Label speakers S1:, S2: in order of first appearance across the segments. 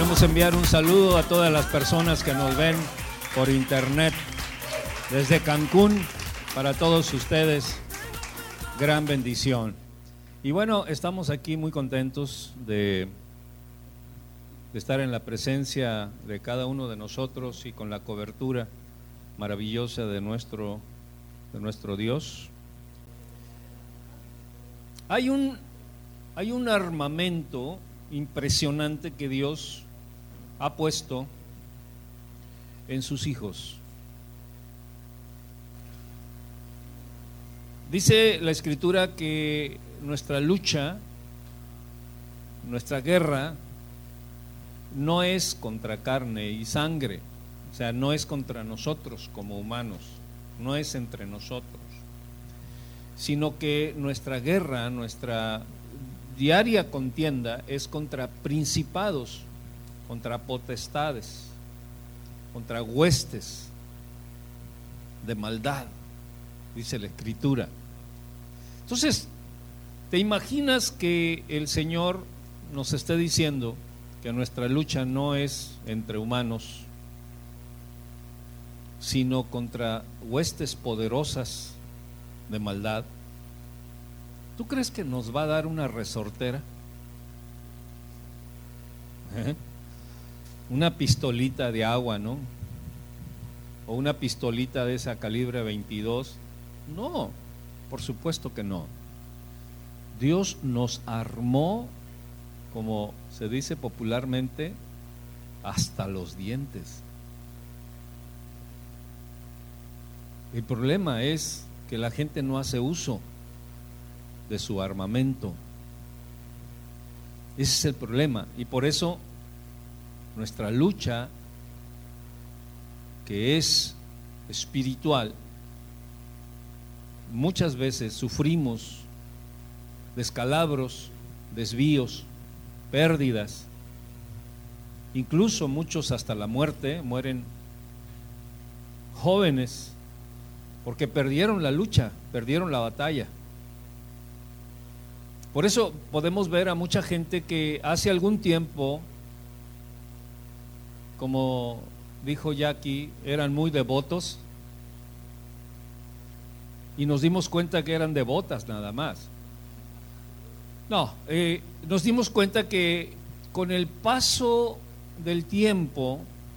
S1: Queremos enviar un saludo a todas las personas que nos ven por internet desde Cancún. Para todos ustedes, gran bendición. Y bueno, estamos aquí muy contentos de estar en la presencia de cada uno de nosotros y con la cobertura maravillosa de nuestro Dios. Hay un armamento impresionante que Dios ha puesto en sus hijos. Dice la Escritura que nuestra lucha, nuestra guerra, no es contra carne y sangre, o sea, no es contra nosotros como humanos, no es entre nosotros, sino que nuestra guerra, nuestra diaria contienda es contra principados, contra potestades, contra huestes de maldad, dice la Escritura. Entonces, ¿te imaginas que el Señor nos esté diciendo que nuestra lucha no es entre humanos, sino contra huestes poderosas de maldad? ¿Tú crees que nos va a dar una resortera? Una pistolita de agua, ¿no? O una pistolita de esa calibre 22. No, por supuesto que no. Dios nos armó, como se dice popularmente, hasta los dientes. El problema es que la gente no hace uso de su armamento. Ese es el problema, y por eso nuestra lucha, que es espiritual, muchas veces sufrimos descalabros, desvíos, pérdidas, incluso muchos hasta la muerte, mueren jóvenes porque perdieron la lucha, perdieron la batalla. Por eso podemos ver a mucha gente que hace algún tiempo, como dijo Jackie, eran muy devotos y nos dimos cuenta que eran devotas nada más. No, nos dimos cuenta que con el paso del tiempo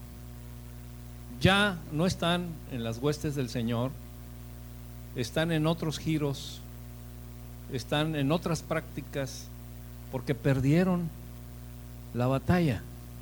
S1: ya no están en las huestes del Señor, están en otros giros, están en otras prácticas, porque perdieron la batalla.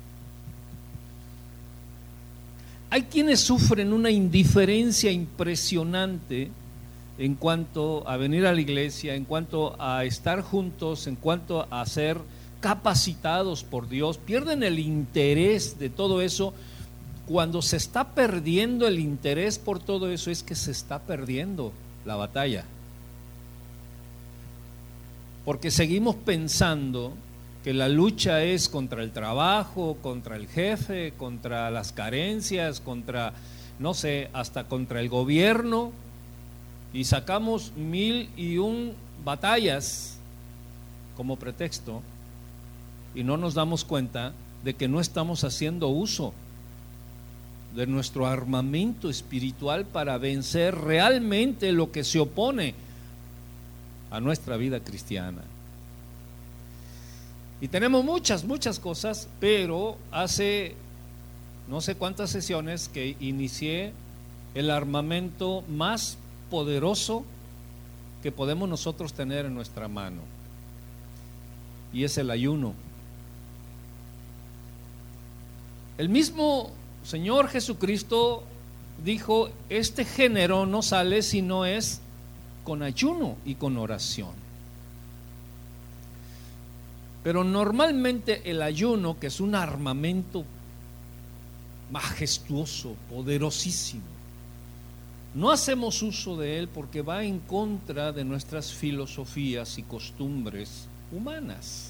S1: Hay quienes sufren una indiferencia impresionante en cuanto a venir a la iglesia, en cuanto a estar juntos, en cuanto a ser capacitados por Dios. Pierden el interés de todo eso. Cuando se está perdiendo el interés por todo eso, es que se está perdiendo la batalla. Porque seguimos pensando que la lucha es contra el trabajo, contra el jefe, contra las carencias, contra, no sé, hasta contra el gobierno, y sacamos 1001 batallas como pretexto y no nos damos cuenta de que no estamos haciendo uso de nuestro armamento espiritual para vencer realmente lo que se opone a nuestra vida cristiana. Y tenemos muchas cosas, pero hace no sé cuántas sesiones que inicié el armamento más poderoso que podemos nosotros tener en nuestra mano, y es el ayuno. El mismo Señor Jesucristo dijo: este género no sale si no es con ayuno y con oración. Pero normalmente el ayuno, que es un armamento majestuoso, poderosísimo, no hacemos uso de él porque va en contra de nuestras filosofías y costumbres humanas.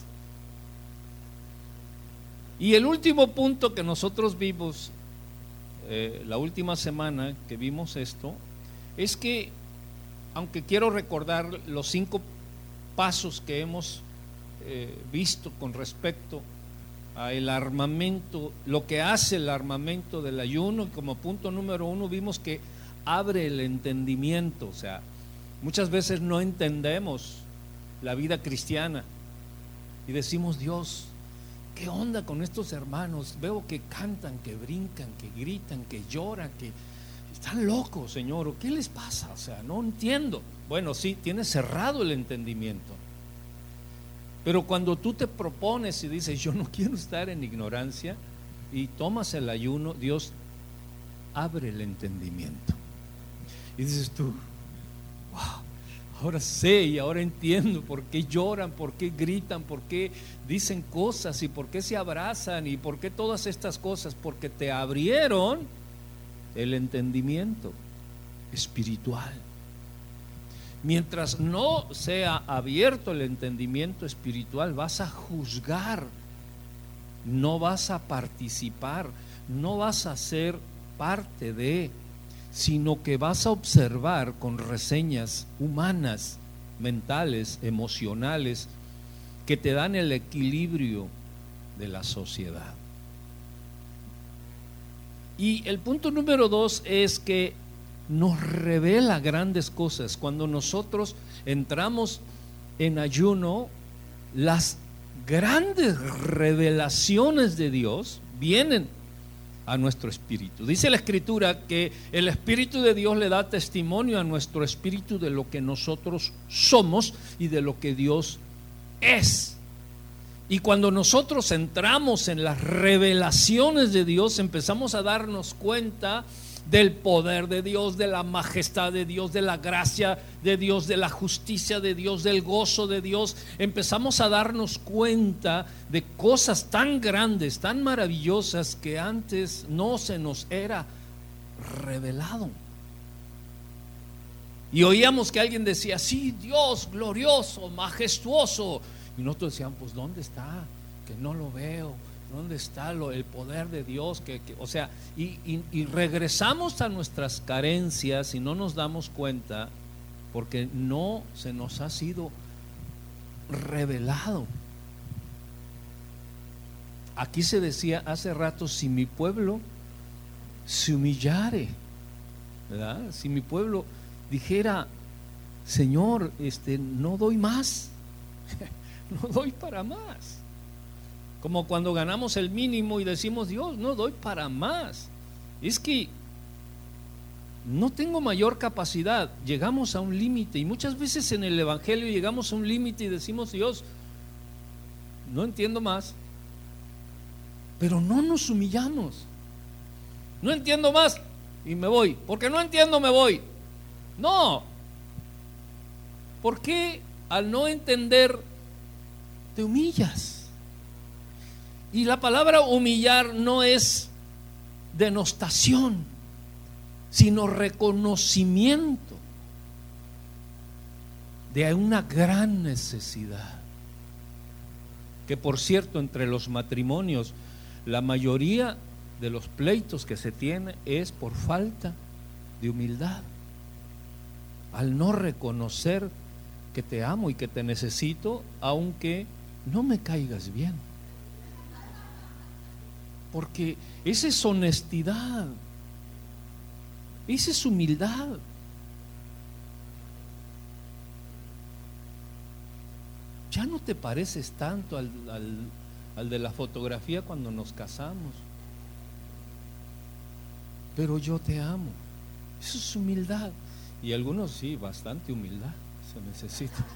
S1: Y el último punto que nosotros vimos, la última semana que vimos esto, es que, aunque quiero recordar los 5 pasos que hemos visto con respecto el armamento, lo que hace el armamento del ayuno. Y como punto número 1 vimos que abre el entendimiento. O sea, muchas veces no entendemos la vida cristiana y decimos: Dios, ¿qué onda con estos hermanos? Veo que cantan, que brincan, que gritan, que lloran, que están locos, Señor, ¿o qué les pasa? O sea, no entiendo. Bueno, sí, tienes cerrado el entendimiento. Pero cuando tú te propones y dices: yo no quiero estar en ignorancia, y tomas el ayuno, Dios abre el entendimiento. Y dices tú: wow, ahora sé y ahora entiendo por qué lloran, por qué gritan, por qué dicen cosas y por qué se abrazan y por qué todas estas cosas. Porque te abrieron el entendimiento espiritual. Mientras no sea abierto el entendimiento espiritual, vas a juzgar, no vas a participar, no vas a ser parte de, sino que vas a observar con reseñas humanas, mentales, emocionales, que te dan el equilibrio de la sociedad. Y el punto número 2 es que nos revela grandes cosas. Cuando nosotros entramos en ayuno, las grandes revelaciones de Dios vienen a nuestro espíritu. Dice la Escritura que el Espíritu de Dios le da testimonio a nuestro espíritu de lo que nosotros somos y de lo que Dios es. Y cuando nosotros entramos en las revelaciones de Dios, empezamos a darnos cuenta del poder de Dios, de la majestad de Dios, de la gracia de Dios, de la justicia de Dios, del gozo de Dios. Empezamos a darnos cuenta de cosas tan grandes, tan maravillosas, que antes no se nos era revelado. Y oíamos que alguien decía: sí, Dios glorioso, majestuoso. Y nosotros decíamos: pues ¿dónde está? Que no lo veo. ¿Dónde está el poder de Dios? O sea, y regresamos a nuestras carencias y no nos damos cuenta, porque no se nos ha sido revelado. Aquí se decía hace rato: si mi pueblo se humillare, ¿verdad? Si mi pueblo dijera: Señor, no doy más, no doy para más. Como cuando ganamos el mínimo y decimos: Dios, no doy para más, es que no tengo mayor capacidad. Llegamos a un límite, y muchas veces en el evangelio llegamos a un límite y decimos: Dios, no entiendo más. Pero no nos humillamos. No entiendo más y me voy. Porque no entiendo, me voy. No. ¿Por qué al no entender te humillas? Y la palabra humillar no es denostación, sino reconocimiento de una gran necesidad. Que por cierto, entre los matrimonios, la mayoría de los pleitos que se tiene es por falta de humildad. Al no reconocer que te amo y que te necesito, aunque no me caigas bien. Porque esa es honestidad, esa es humildad. Ya no te pareces tanto al de la fotografía cuando nos casamos, pero yo te amo. Eso es humildad. Y algunos sí, bastante humildad se necesita.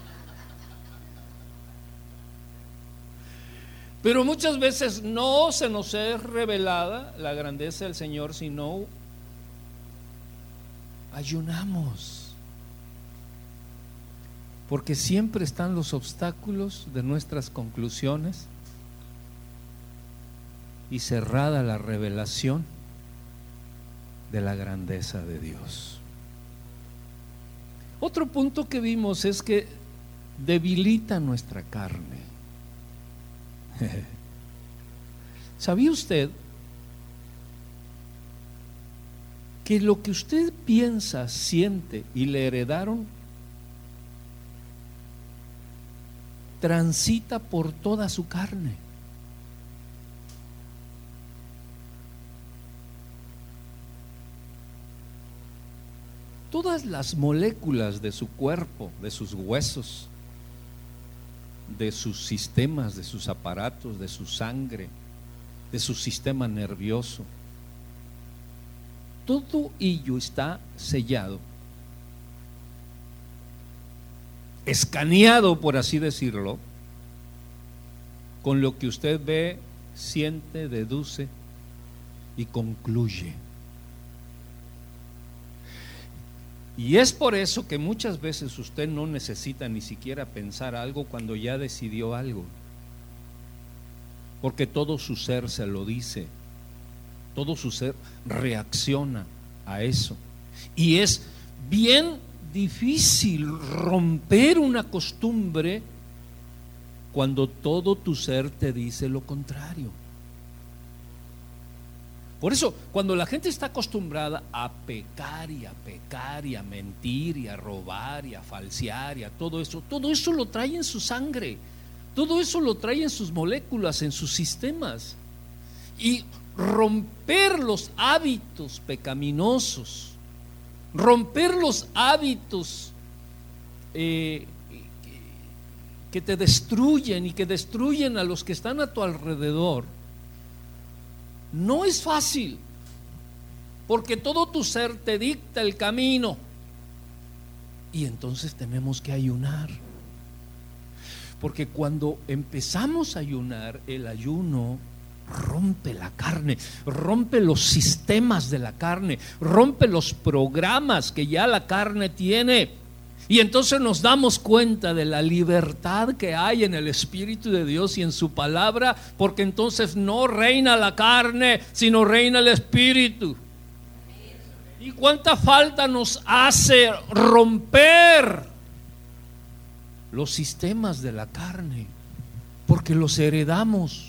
S1: Pero muchas veces no se nos es revelada la grandeza del Señor si no ayunamos. Porque siempre están los obstáculos de nuestras conclusiones y cerrada la revelación de la grandeza de Dios. Otro punto que vimos es que debilita nuestra carne. ¿Sabía usted que lo que usted piensa, siente y le heredaron transita por toda su carne? todas las moléculas de su cuerpo, de sus huesos, de sus sistemas, de sus aparatos, de su sangre, de su sistema nervioso. Todo ello está sellado, escaneado, por así decirlo, con lo que usted ve, siente, deduce y concluye. Y es por eso que muchas veces usted no necesita ni siquiera pensar algo cuando ya decidió algo, porque todo su ser se lo dice, todo su ser reacciona a eso. Y es bien difícil romper una costumbre cuando todo tu ser te dice lo contrario. Por eso, cuando la gente está acostumbrada a pecar y a mentir y a robar y a falsear y a todo eso lo trae en su sangre, todo eso lo trae en sus moléculas, en sus sistemas. Y romper los hábitos pecaminosos, romper los hábitos que te destruyen y que destruyen a los que están a tu alrededor, no es fácil, porque todo tu ser te dicta el camino. Y entonces tenemos que ayunar, porque cuando empezamos a ayunar, el ayuno rompe la carne, rompe los sistemas de la carne, rompe los programas que ya la carne tiene. Y entonces nos damos cuenta de la libertad que hay en el Espíritu de Dios y en su palabra, porque entonces no reina la carne, sino reina el Espíritu. ¿Y cuánta falta nos hace romper los sistemas de la carne? Porque los heredamos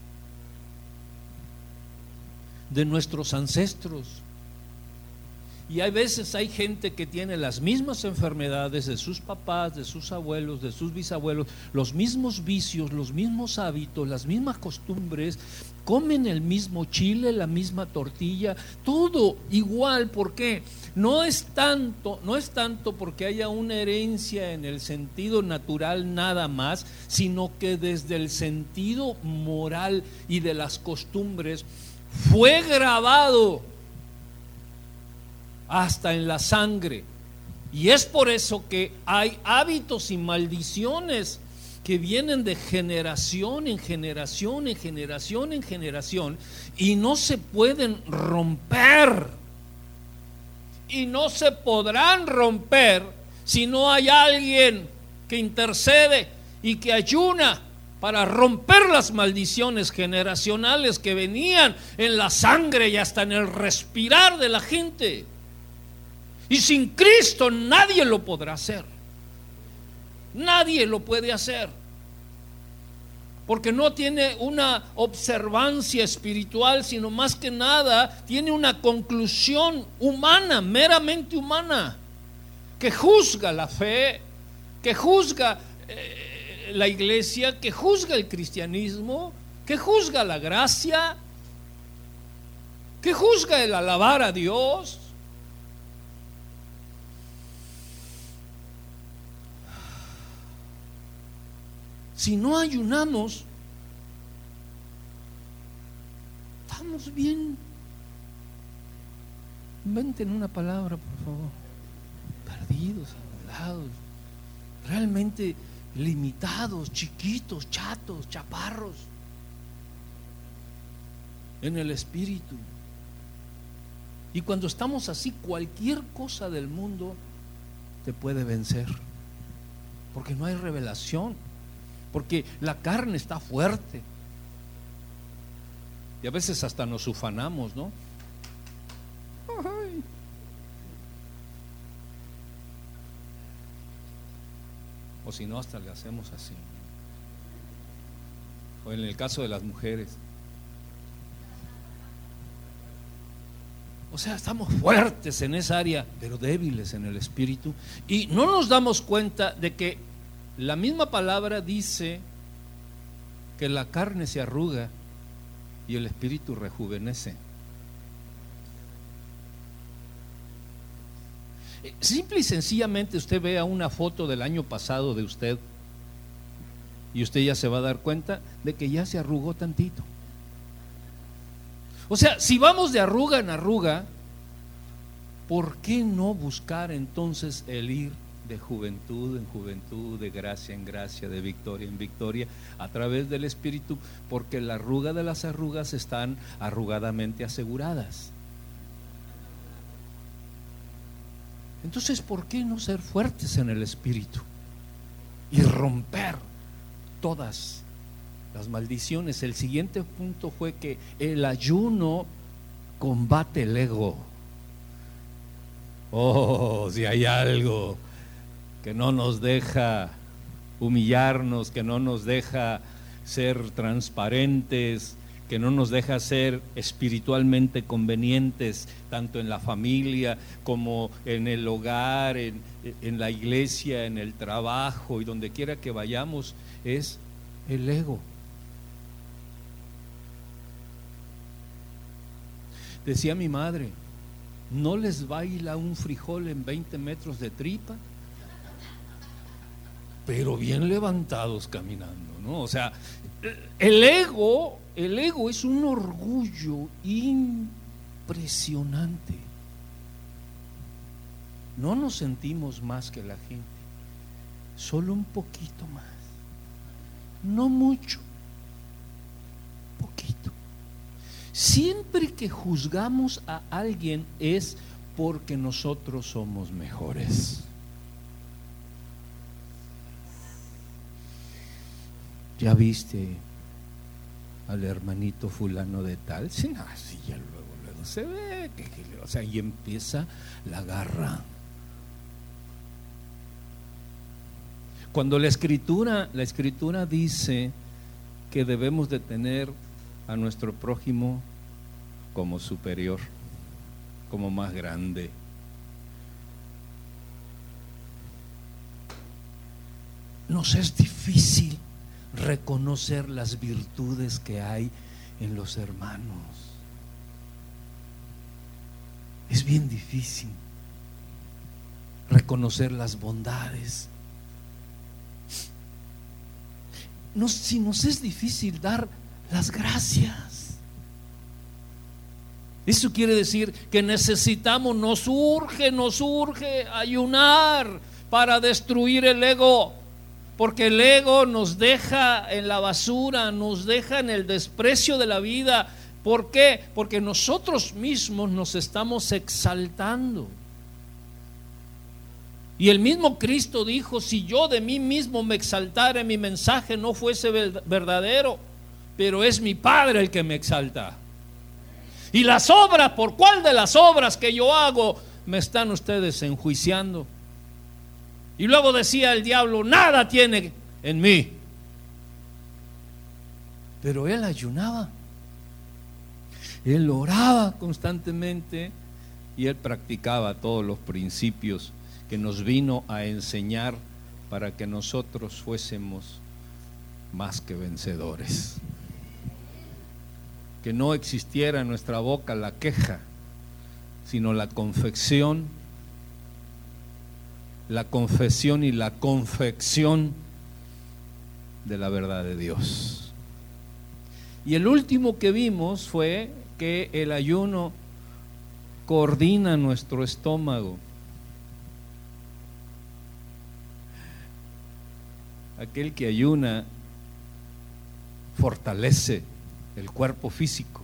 S1: de nuestros ancestros. Y hay veces hay gente que tiene las mismas enfermedades de sus papás, de sus abuelos, de sus bisabuelos, los mismos vicios, los mismos hábitos, las mismas costumbres, comen el mismo chile, la misma tortilla, todo igual. ¿Por qué? No es tanto porque haya una herencia en el sentido natural nada más, sino que desde el sentido moral y de las costumbres fue grabado hasta en la sangre. Y es por eso que hay hábitos y maldiciones que vienen de generación en generación, en generación en generación, y no se pueden romper, y no se podrán romper si no hay alguien que intercede y que ayuna para romper las maldiciones generacionales que venían en la sangre y hasta en el respirar de la gente. Y sin Cristo nadie lo podrá hacer. Nadie lo puede hacer, porque no tiene una observancia espiritual, sino más que nada tiene una conclusión humana, meramente humana, que juzga la fe, que juzga la iglesia, que juzga el cristianismo, que juzga la gracia, que juzga el alabar a Dios. Si no ayunamos, estamos bien. Inventen una palabra, por favor. Perdidos, anulados, realmente limitados, chiquitos, chatos, chaparros en el espíritu. Y cuando estamos así, cualquier cosa del mundo te puede vencer, porque no hay revelación, porque la carne está fuerte. Y a veces hasta nos ufanamos, ¿no? Ay. O si no, hasta le hacemos así. O en el caso de las mujeres. O sea, estamos fuertes en esa área, pero débiles en el espíritu. Y no nos damos cuenta de que la misma palabra dice que la carne se arruga y el espíritu rejuvenece. Simple y sencillamente usted vea una foto del año pasado de usted y usted ya se va a dar cuenta de que ya se arrugó tantito. O sea, si vamos de arruga en arruga, ¿por qué no buscar entonces el ir de juventud en juventud, de gracia en gracia, de victoria en victoria, a través del Espíritu? Porque la arruga de las arrugas están arrugadamente aseguradas. Entonces, ¿por qué no ser fuertes en el Espíritu y romper todas las maldiciones? El siguiente punto fue que el ayuno combate el ego. Oh, si hay algo que no nos deja humillarnos, que no nos deja ser transparentes, que no nos deja ser espiritualmente convenientes, tanto en la familia como en el hogar, en la iglesia, en el trabajo y donde quiera que vayamos, es el ego. Decía mi madre, ¿no les baila un frijol en 20 metros de tripa? Pero bien levantados caminando, ¿no? O sea, el ego es un orgullo impresionante. No nos sentimos más que la gente, solo un poquito más, no mucho, poquito. Siempre que juzgamos a alguien es porque nosotros somos mejores. ¿Ya viste al hermanito fulano de tal? Sí, no, sí, ya luego se ve o sea, y empieza la garra. Cuando la escritura dice que debemos de tener a nuestro prójimo como superior, como más grande, nos es difícil reconocer las virtudes que hay en los hermanos. Es bien difícil reconocer las bondades. Si nos es difícil dar las gracias, eso quiere decir que necesitamos, nos urge ayunar para destruir el ego. Porque el ego nos deja en la basura, nos deja en el desprecio de la vida. ¿Por qué? Porque nosotros mismos nos estamos exaltando. Y el mismo Cristo dijo, si yo de mí mismo me exaltara, mi mensaje no fuese verdadero, pero es mi Padre el que me exalta. Y las obras, ¿por cuál de las obras que yo hago me están ustedes enjuiciando? Y luego decía el diablo, nada tiene en mí. Pero él ayunaba, él oraba constantemente y él practicaba todos los principios que nos vino a enseñar para que nosotros fuésemos más que vencedores. Que no existiera en nuestra boca la queja, sino la confesión y la confección de la verdad de Dios. Y el último que vimos fue que el ayuno coordina nuestro estómago. Aquel que ayuna fortalece el cuerpo físico.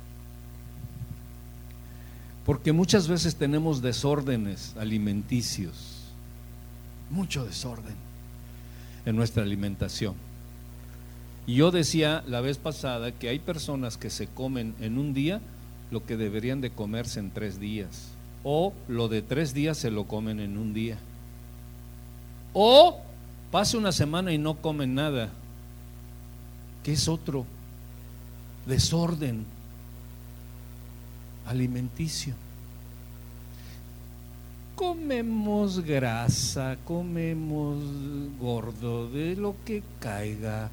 S1: Porque muchas veces tenemos desórdenes alimenticios, mucho desorden en nuestra alimentación. Y yo decía la vez pasada que hay personas que se comen en un día lo que deberían de comerse en 3 días, o lo de 3 días se lo comen en un día, o pase una semana y no comen nada, que es otro desorden alimenticio. Comemos grasa, comemos gordo, de lo que caiga.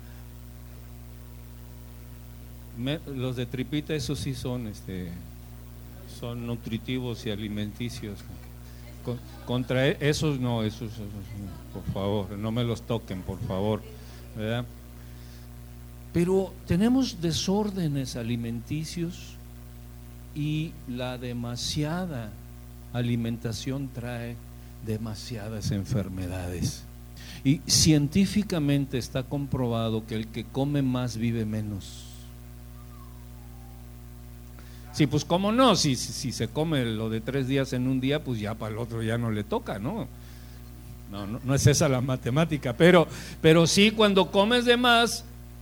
S1: Los de tripita, esos sí son nutritivos y alimenticios. contra esos no, esos, por favor, no me los toquen, por favor, ¿verdad? Pero tenemos desórdenes alimenticios y la demasiada alimentación trae demasiadas enfermedades. Y científicamente está comprobado que el que come más vive menos. Sí, pues cómo no, si se come lo de 3 días en un día, pues ya para el otro ya no le toca, ¿no? No es esa la matemática, pero sí, cuando comes de más,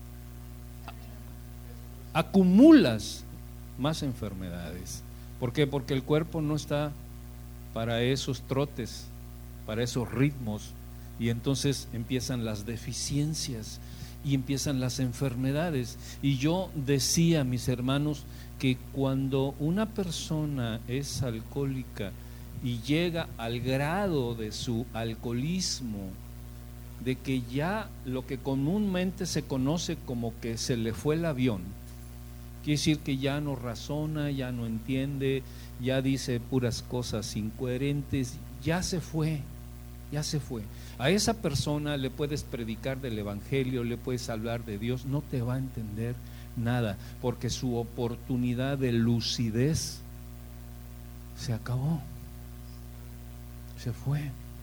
S1: acumulas más enfermedades. ¿Por qué? Porque el cuerpo no está para esos trotes, para esos ritmos, y entonces empiezan las deficiencias y empiezan las enfermedades. Y yo decía, mis hermanos, que cuando una persona es alcohólica y llega al grado de su alcoholismo, de que ya lo que comúnmente se conoce como que se le fue el avión, quiere decir que ya no razona, ya no entiende, ya dice puras cosas incoherentes, ya se fue. A esa persona le puedes predicar del evangelio, le puedes hablar de Dios, no te va a entender nada, porque su oportunidad de lucidez se acabó, se fue.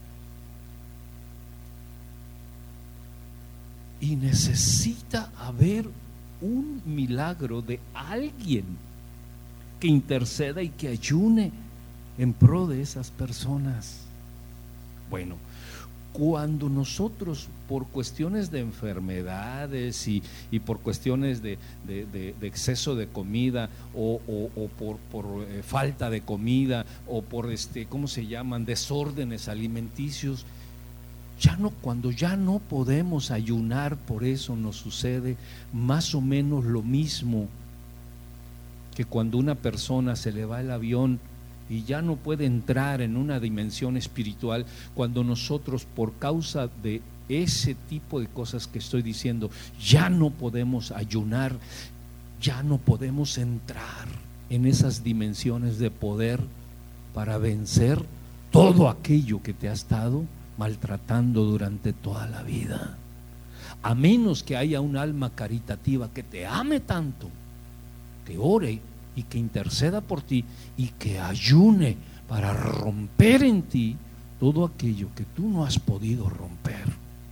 S1: Y necesita haber un milagro de alguien que interceda y que ayune en pro de esas personas. Bueno, cuando nosotros por cuestiones de enfermedades y por cuestiones de exceso de comida o por falta de comida o por ¿cómo se llaman? Desórdenes alimenticios, cuando ya no podemos ayunar, por eso nos sucede más o menos lo mismo que cuando una persona se le va el avión y ya no puede entrar en una dimensión espiritual, cuando nosotros por causa de ese tipo de cosas que estoy diciendo ya no podemos ayunar, ya no podemos entrar en esas dimensiones de poder para vencer todo aquello que te ha estado maltratando durante toda la vida. A menos que haya un alma caritativa que te ame tanto, que ore y que interceda por ti y que ayune para romper en ti todo aquello que tú no has podido romper.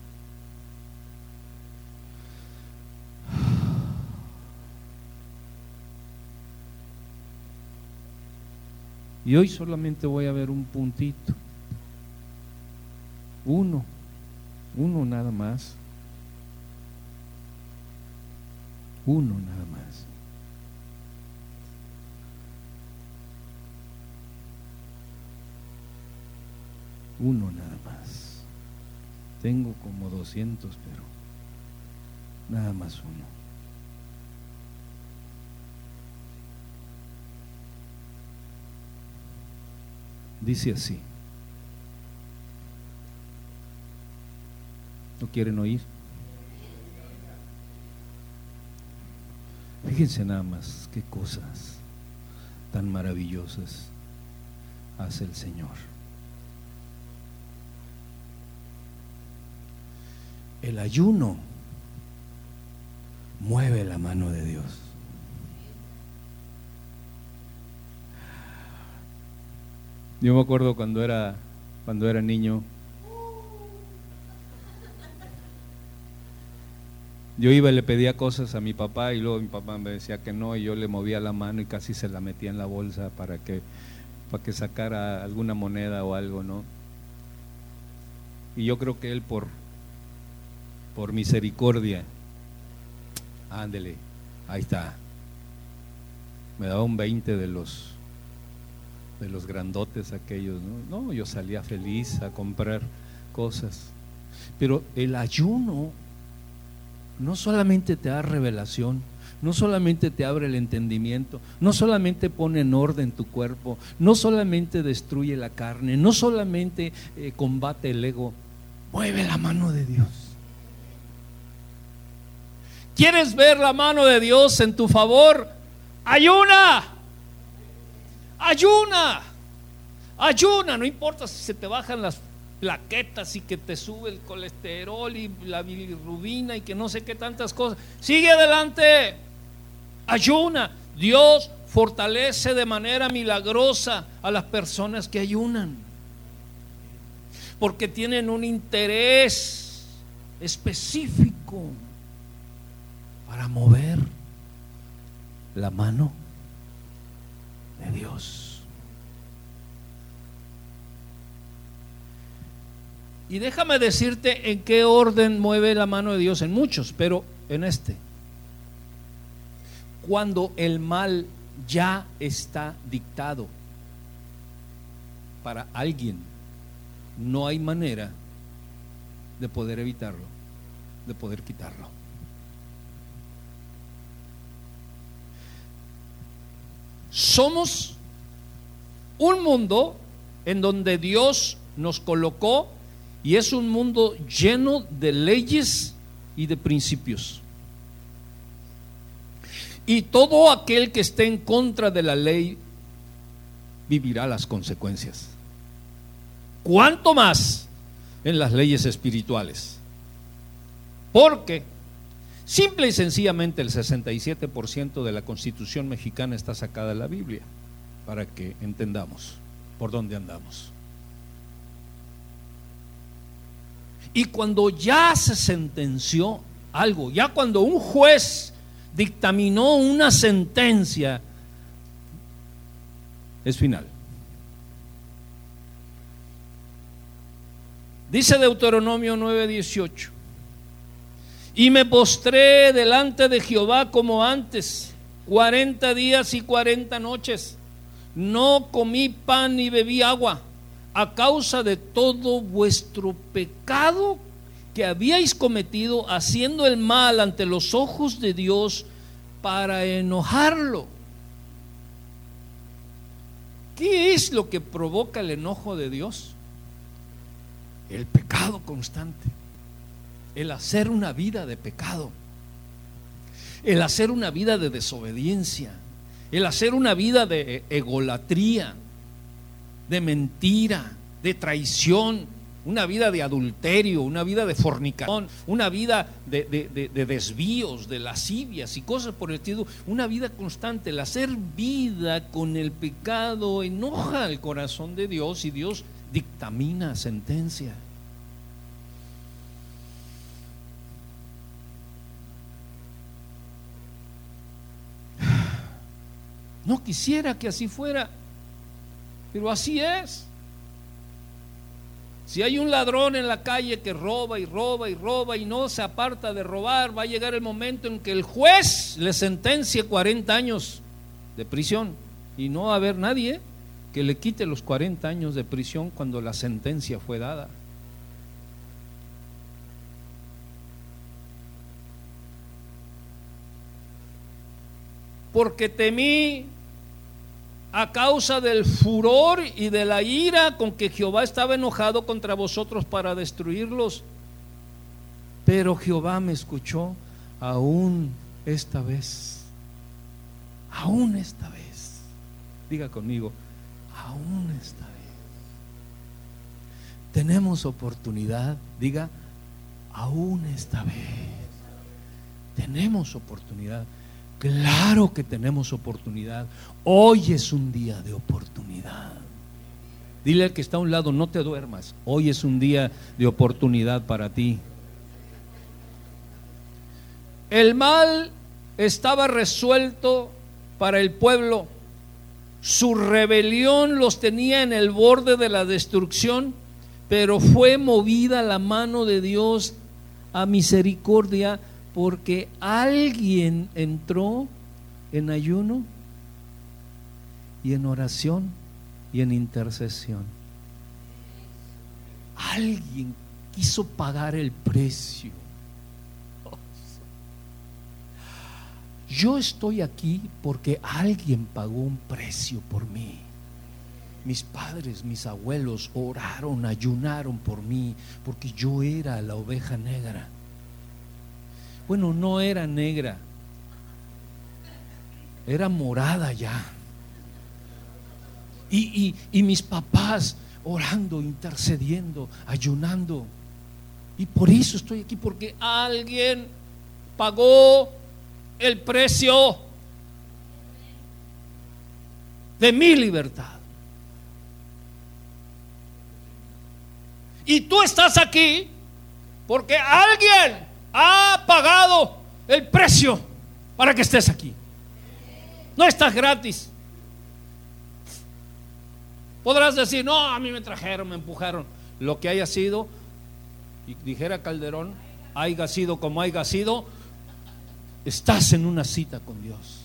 S1: Y hoy solamente voy a ver un puntito, uno nada más, uno nada más. Uno nada más. Tengo como 200, pero nada más uno. Dice así. ¿No quieren oír? Fíjense nada más qué cosas tan maravillosas hace el Señor. El ayuno mueve la mano de Dios. Yo me acuerdo cuando era niño, yo iba y le pedía cosas a mi papá y luego mi papá me decía que no, y yo le movía la mano y casi se la metía en la bolsa para que sacara alguna moneda o algo, ¿no? Y yo creo que él por misericordia, ándele, ahí está, me daba un 20 de los grandotes aquellos, ¿no? No, yo salía feliz a comprar cosas. Pero el ayuno no solamente te da revelación, no solamente te abre el entendimiento, no solamente pone en orden tu cuerpo, no solamente destruye la carne, no solamente combate el ego, mueve la mano de Dios. ¿Quieres ver la mano de Dios en tu favor? Ayuna. Ayuna. Ayuna, no importa si se te bajan las plaquetas y que te sube el colesterol y la bilirrubina y que no sé qué tantas cosas. Sigue adelante, ayuna. Dios fortalece de manera milagrosa a las personas que ayunan, porque tienen un interés específico para mover la mano de Dios. Y déjame decirte en qué orden mueve la mano de Dios, en muchos, pero en este. Cuando el mal ya está dictado para alguien, no hay manera de poder evitarlo, de poder quitarlo. Somos un mundo en donde Dios nos colocó, y es un mundo lleno de leyes y de principios. Y todo aquel que esté en contra de la ley vivirá las consecuencias. ¿Cuánto más en las leyes espirituales? Porque simple y sencillamente el 67% de la Constitución mexicana está sacada de la Biblia, para que entendamos por dónde andamos. Y cuando ya se sentenció algo, ya cuando un juez dictaminó una sentencia, es final. Dice Deuteronomio 9:18: y me postré delante de Jehová como antes, 40 días y 40 noches. No comí pan ni bebí agua, a causa de todo vuestro pecado que habíais cometido, haciendo el mal ante los ojos de Dios para enojarlo. ¿Qué es lo que provoca el enojo de Dios? El pecado constante, el hacer una vida de pecado, el hacer una vida de desobediencia, el hacer una vida de egolatría, de mentira, de traición, una vida de adulterio, una vida de fornicación, una vida de desvíos, de lascivias y cosas por el estilo, una vida constante. El hacer vida con el pecado enoja al corazón de Dios y Dios dictamina sentencia. No quisiera que así fuera, pero así es. Si hay un ladrón en la calle que roba y roba y roba y no se aparta de robar, va a llegar el momento en que el juez le sentencie 40 años de prisión y no va a haber nadie que le quite los 40 años de prisión cuando la sentencia fue dada. Porque temí a causa del furor y de la ira con que Jehová estaba enojado contra vosotros para destruirlos. Pero Jehová me escuchó aún esta vez. Aún esta vez. Diga conmigo, aún esta vez. Tenemos oportunidad. Diga, aún esta vez. Tenemos oportunidad. Claro que tenemos oportunidad. Hoy es un día de oportunidad. Dile al que está a un lado, no te duermas. Hoy es un día de oportunidad para ti. El mal estaba resuelto para el pueblo. Su rebelión los tenía en el borde de la destrucción, pero fue movida la mano de Dios a misericordia, porque alguien entró en ayuno y en oración y en intercesión. Alguien quiso pagar el precio. Yo estoy aquí porque alguien pagó un precio por mí. Mis padres, mis abuelos oraron, ayunaron por mí, porque yo era la oveja negra. Bueno, no era negra, era morada ya. y mis papás orando, intercediendo, ayunando. Y por eso estoy aquí, porque alguien pagó el precio de mi libertad. Y tú estás aquí porque alguien ha pagado el precio para que estés aquí. No estás gratis. Podrás decir, no, a mí me trajeron, me empujaron. Lo que haya sido, y dijera Calderón, haya sido como haya sido, estás en una cita con Dios.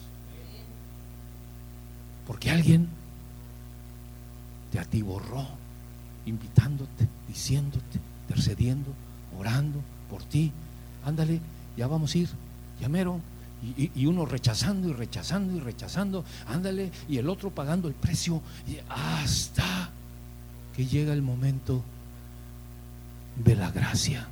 S1: Porque alguien te atiborró, invitándote, diciéndote, intercediendo, orando por ti. Ándale, ya vamos a ir, ya mero. Y uno rechazando y rechazando y rechazando, ándale, y el otro pagando el precio, y hasta que llega el momento de la gracia.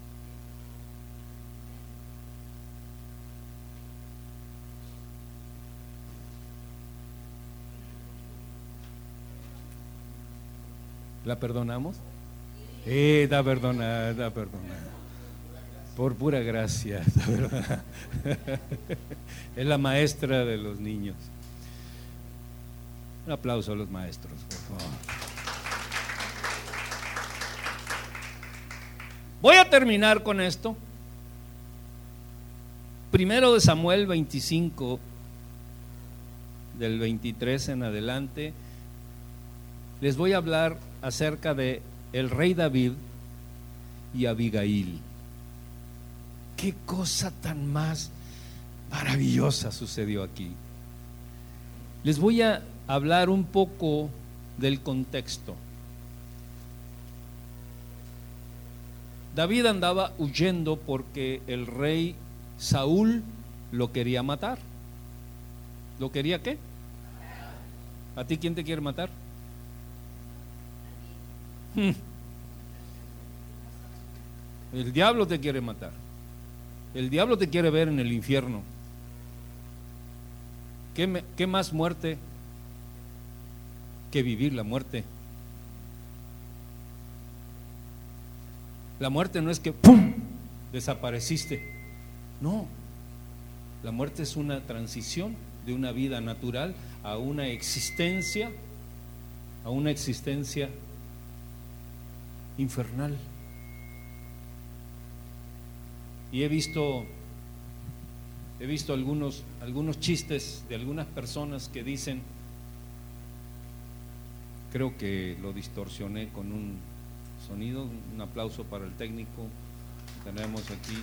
S1: ¿La perdonamos? Da perdonada. Por pura gracia, ¿verdad? Es la maestra de los niños. Un aplauso a los maestros, por favor. Voy a terminar con esto. Primero de Samuel 25, del 23 en adelante, les voy a hablar acerca de el rey David y Abigail. Qué cosa tan más maravillosa sucedió aquí. Les voy a hablar un poco del contexto. David andaba huyendo porque el rey Saúl lo quería matar. ¿Lo quería qué? ¿A ti quién te quiere matar? El diablo te quiere matar. El diablo te quiere ver en el infierno. ¿Qué más muerte que vivir la muerte? La muerte no es que ¡pum! Desapareciste. No. La muerte es una transición de una vida natural a una existencia infernal. Y he visto algunos chistes de algunas personas que dicen, creo que lo distorsioné con un sonido. Un aplauso para el técnico que tenemos aquí.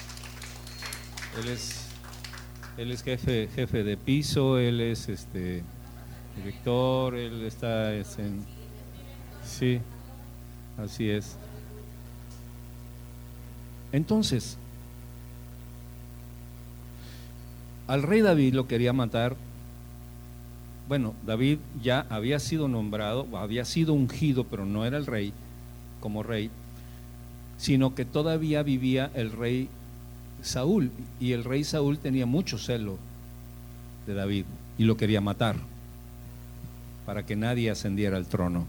S1: Él es jefe de piso, él es director, él está sí, así es. Entonces, al rey David lo quería matar. Bueno, David ya había sido nombrado, había sido ungido, pero no era el rey, como rey, sino que todavía vivía el rey Saúl, y el rey Saúl tenía mucho celo de David y lo quería matar para que nadie ascendiera al trono.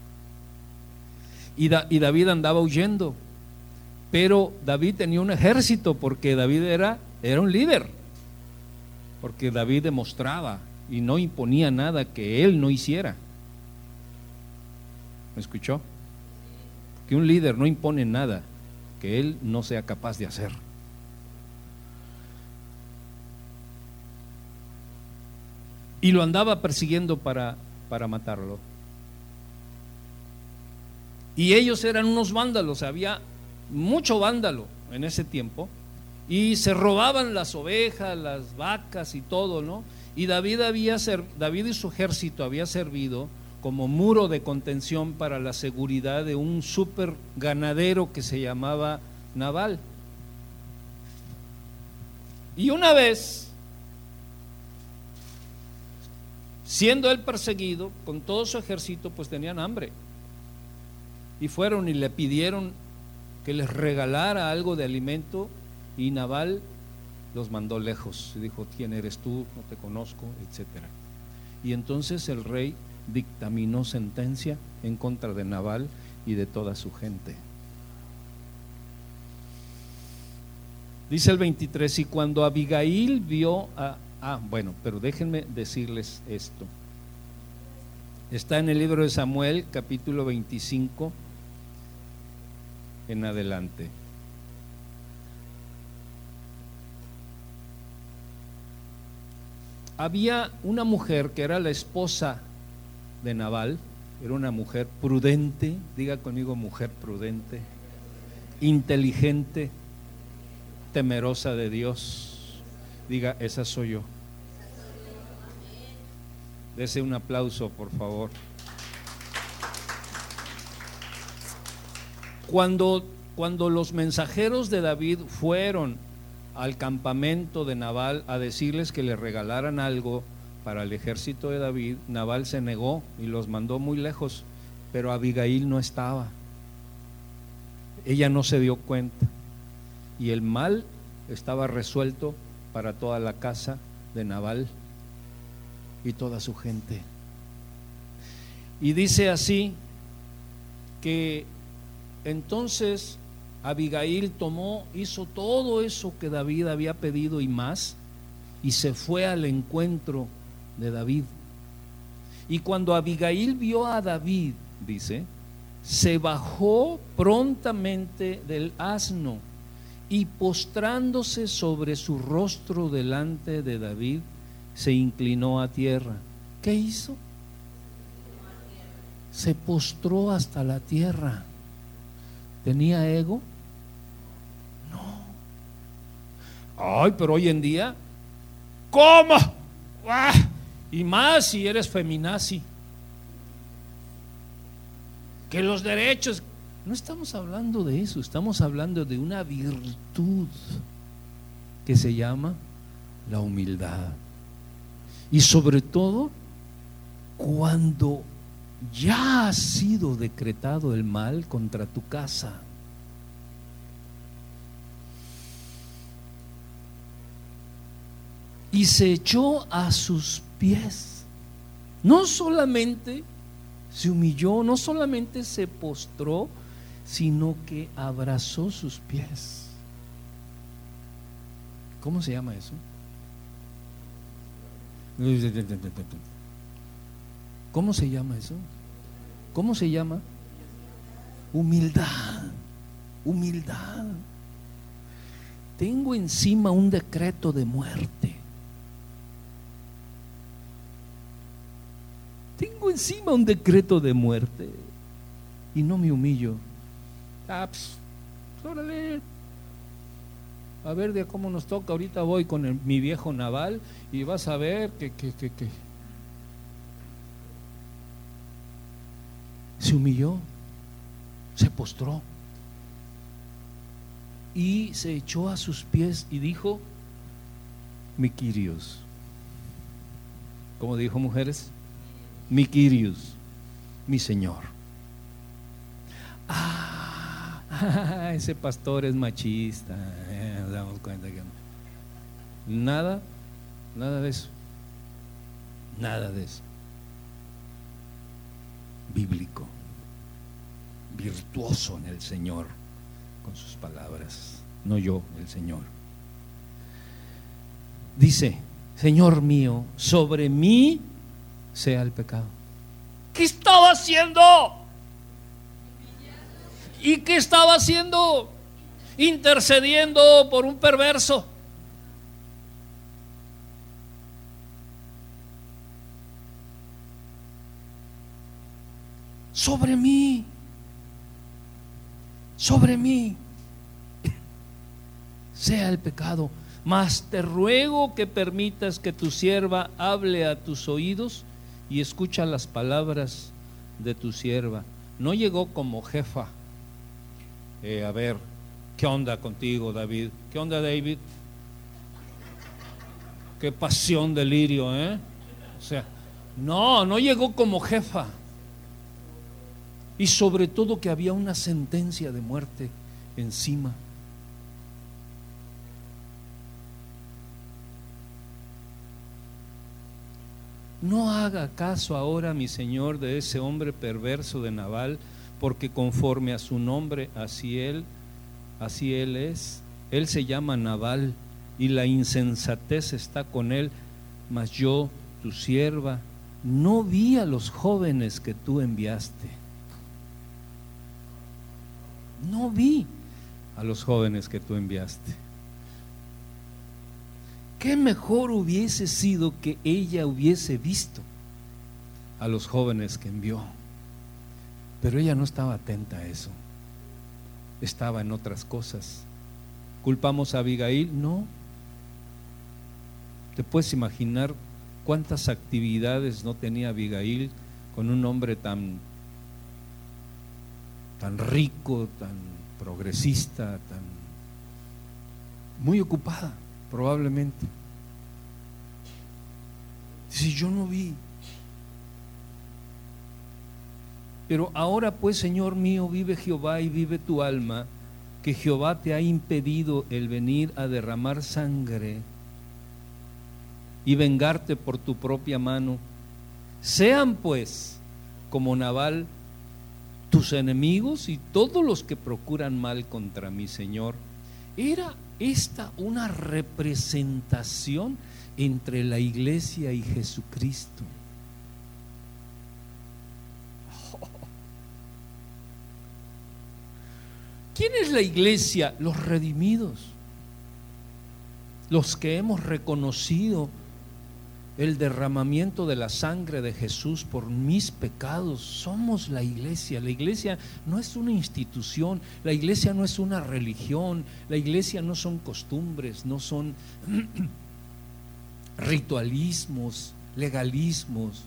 S1: Y David andaba huyendo, pero David tenía un ejército, porque David era un líder, porque David demostraba y no imponía nada que él no hiciera. ¿Me escuchó? Que un líder no impone nada que él no sea capaz de hacer. Y lo andaba persiguiendo para matarlo. Y ellos eran unos vándalos, había mucho vándalo en ese tiempo, y se robaban las ovejas, las vacas y todo, ¿no? Y David y su ejército había servido como muro de contención para la seguridad de un súper ganadero que se llamaba Nabal. Y una vez, siendo él perseguido con todo su ejército, pues tenían hambre, y fueron y le pidieron que les regalara algo de alimento, y Nabal los mandó lejos y dijo: ¿quién eres tú? No te conozco, etcétera. Y entonces el rey dictaminó sentencia en contra de Nabal y de toda su gente. Dice el 23, y cuando Abigail vio bueno, pero déjenme decirles esto. Está en el libro de Samuel, capítulo 25 en adelante. Había una mujer que era la esposa de Nabal, era una mujer prudente, diga conmigo, mujer prudente, inteligente, temerosa de Dios. Diga, esa soy yo. Dese un aplauso, por favor. Cuando los mensajeros de David fueron al campamento de Nabal a decirles que le regalaran algo para el ejército de David, Nabal se negó y los mandó muy lejos, pero Abigail no estaba. Ella no se dio cuenta y el mal estaba resuelto para toda la casa de Nabal y toda su gente. Y dice así que entonces Abigail hizo todo eso que David había pedido y más, y se fue al encuentro de David. Y cuando Abigail vio a David, dice, se bajó prontamente del asno y postrándose sobre su rostro delante de David, se inclinó a tierra. ¿Qué hizo? Se postró hasta la tierra. ¿Tenía ego? No. Ay, pero hoy en día, ¿cómo? ¡Ah! Y más si eres feminazi. Que los derechos. No estamos hablando de eso, estamos hablando de una virtud que se llama la humildad. Y sobre todo, cuando ya ha sido decretado el mal contra tu casa. Y se echó a sus pies. No solamente se humilló, no solamente se postró, sino que abrazó sus pies. ¿Cómo se llama eso? ¿Cómo se llama eso? ¿Cómo se llama? Humildad. Humildad. Tengo encima un decreto de muerte. Tengo encima un decreto de muerte y no me humillo. Órale. A ver de cómo nos toca. Ahorita voy con mi viejo Nabal y vas a ver que se humilló, se postró y se echó a sus pies y dijo: mi Kyrios. ¿Cómo dijo, mujeres? Mi Kyrios, mi Señor. Ese pastor es machista. Nos damos cuenta que nada de eso. Nada de eso. Bíblico, virtuoso en el Señor con sus palabras, no yo, el Señor. Dice: Señor mío, sobre mí sea el pecado. ¿Qué estaba haciendo? ¿Y qué estaba haciendo? Intercediendo por un perverso. Sobre mí sea el pecado, mas te ruego que permitas que tu sierva hable a tus oídos y escucha las palabras de tu sierva. No llegó como jefa. A ver, ¿qué onda contigo, David? ¿Qué onda, David? Qué pasión, delirio, O sea, no llegó como jefa. Y sobre todo que había una sentencia de muerte encima. no haga caso ahora, mi señor, de ese hombre perverso de Nabal, porque conforme a su nombre, así él es. Él se llama Nabal, y la insensatez está con él. Mas yo, tu sierva, no vi a los jóvenes que tú enviaste. No vi a los jóvenes que tú enviaste. ¿Qué mejor hubiese sido que ella hubiese visto a los jóvenes que envió? Pero ella no estaba atenta a eso. Estaba en otras cosas. ¿Culpamos a Abigail? No. ¿Te puedes imaginar cuántas actividades no tenía Abigail con un hombre tan rico, tan progresista, tan muy ocupada, probablemente? Dice, yo no vi. Pero ahora pues, Señor mío, vive Jehová y vive tu alma, que Jehová te ha impedido el venir a derramar sangre y vengarte por tu propia mano. Sean pues como Nabal tus enemigos y todos los que procuran mal contra mi Señor. Era esta una representación entre la iglesia y Jesucristo. ¿Quién es la iglesia? Los redimidos, los que hemos reconocido el derramamiento de la sangre de Jesús por mis pecados. Somos la iglesia. La iglesia no es una institución, la iglesia no es una religión, la iglesia no son costumbres, no son ritualismos, legalismos.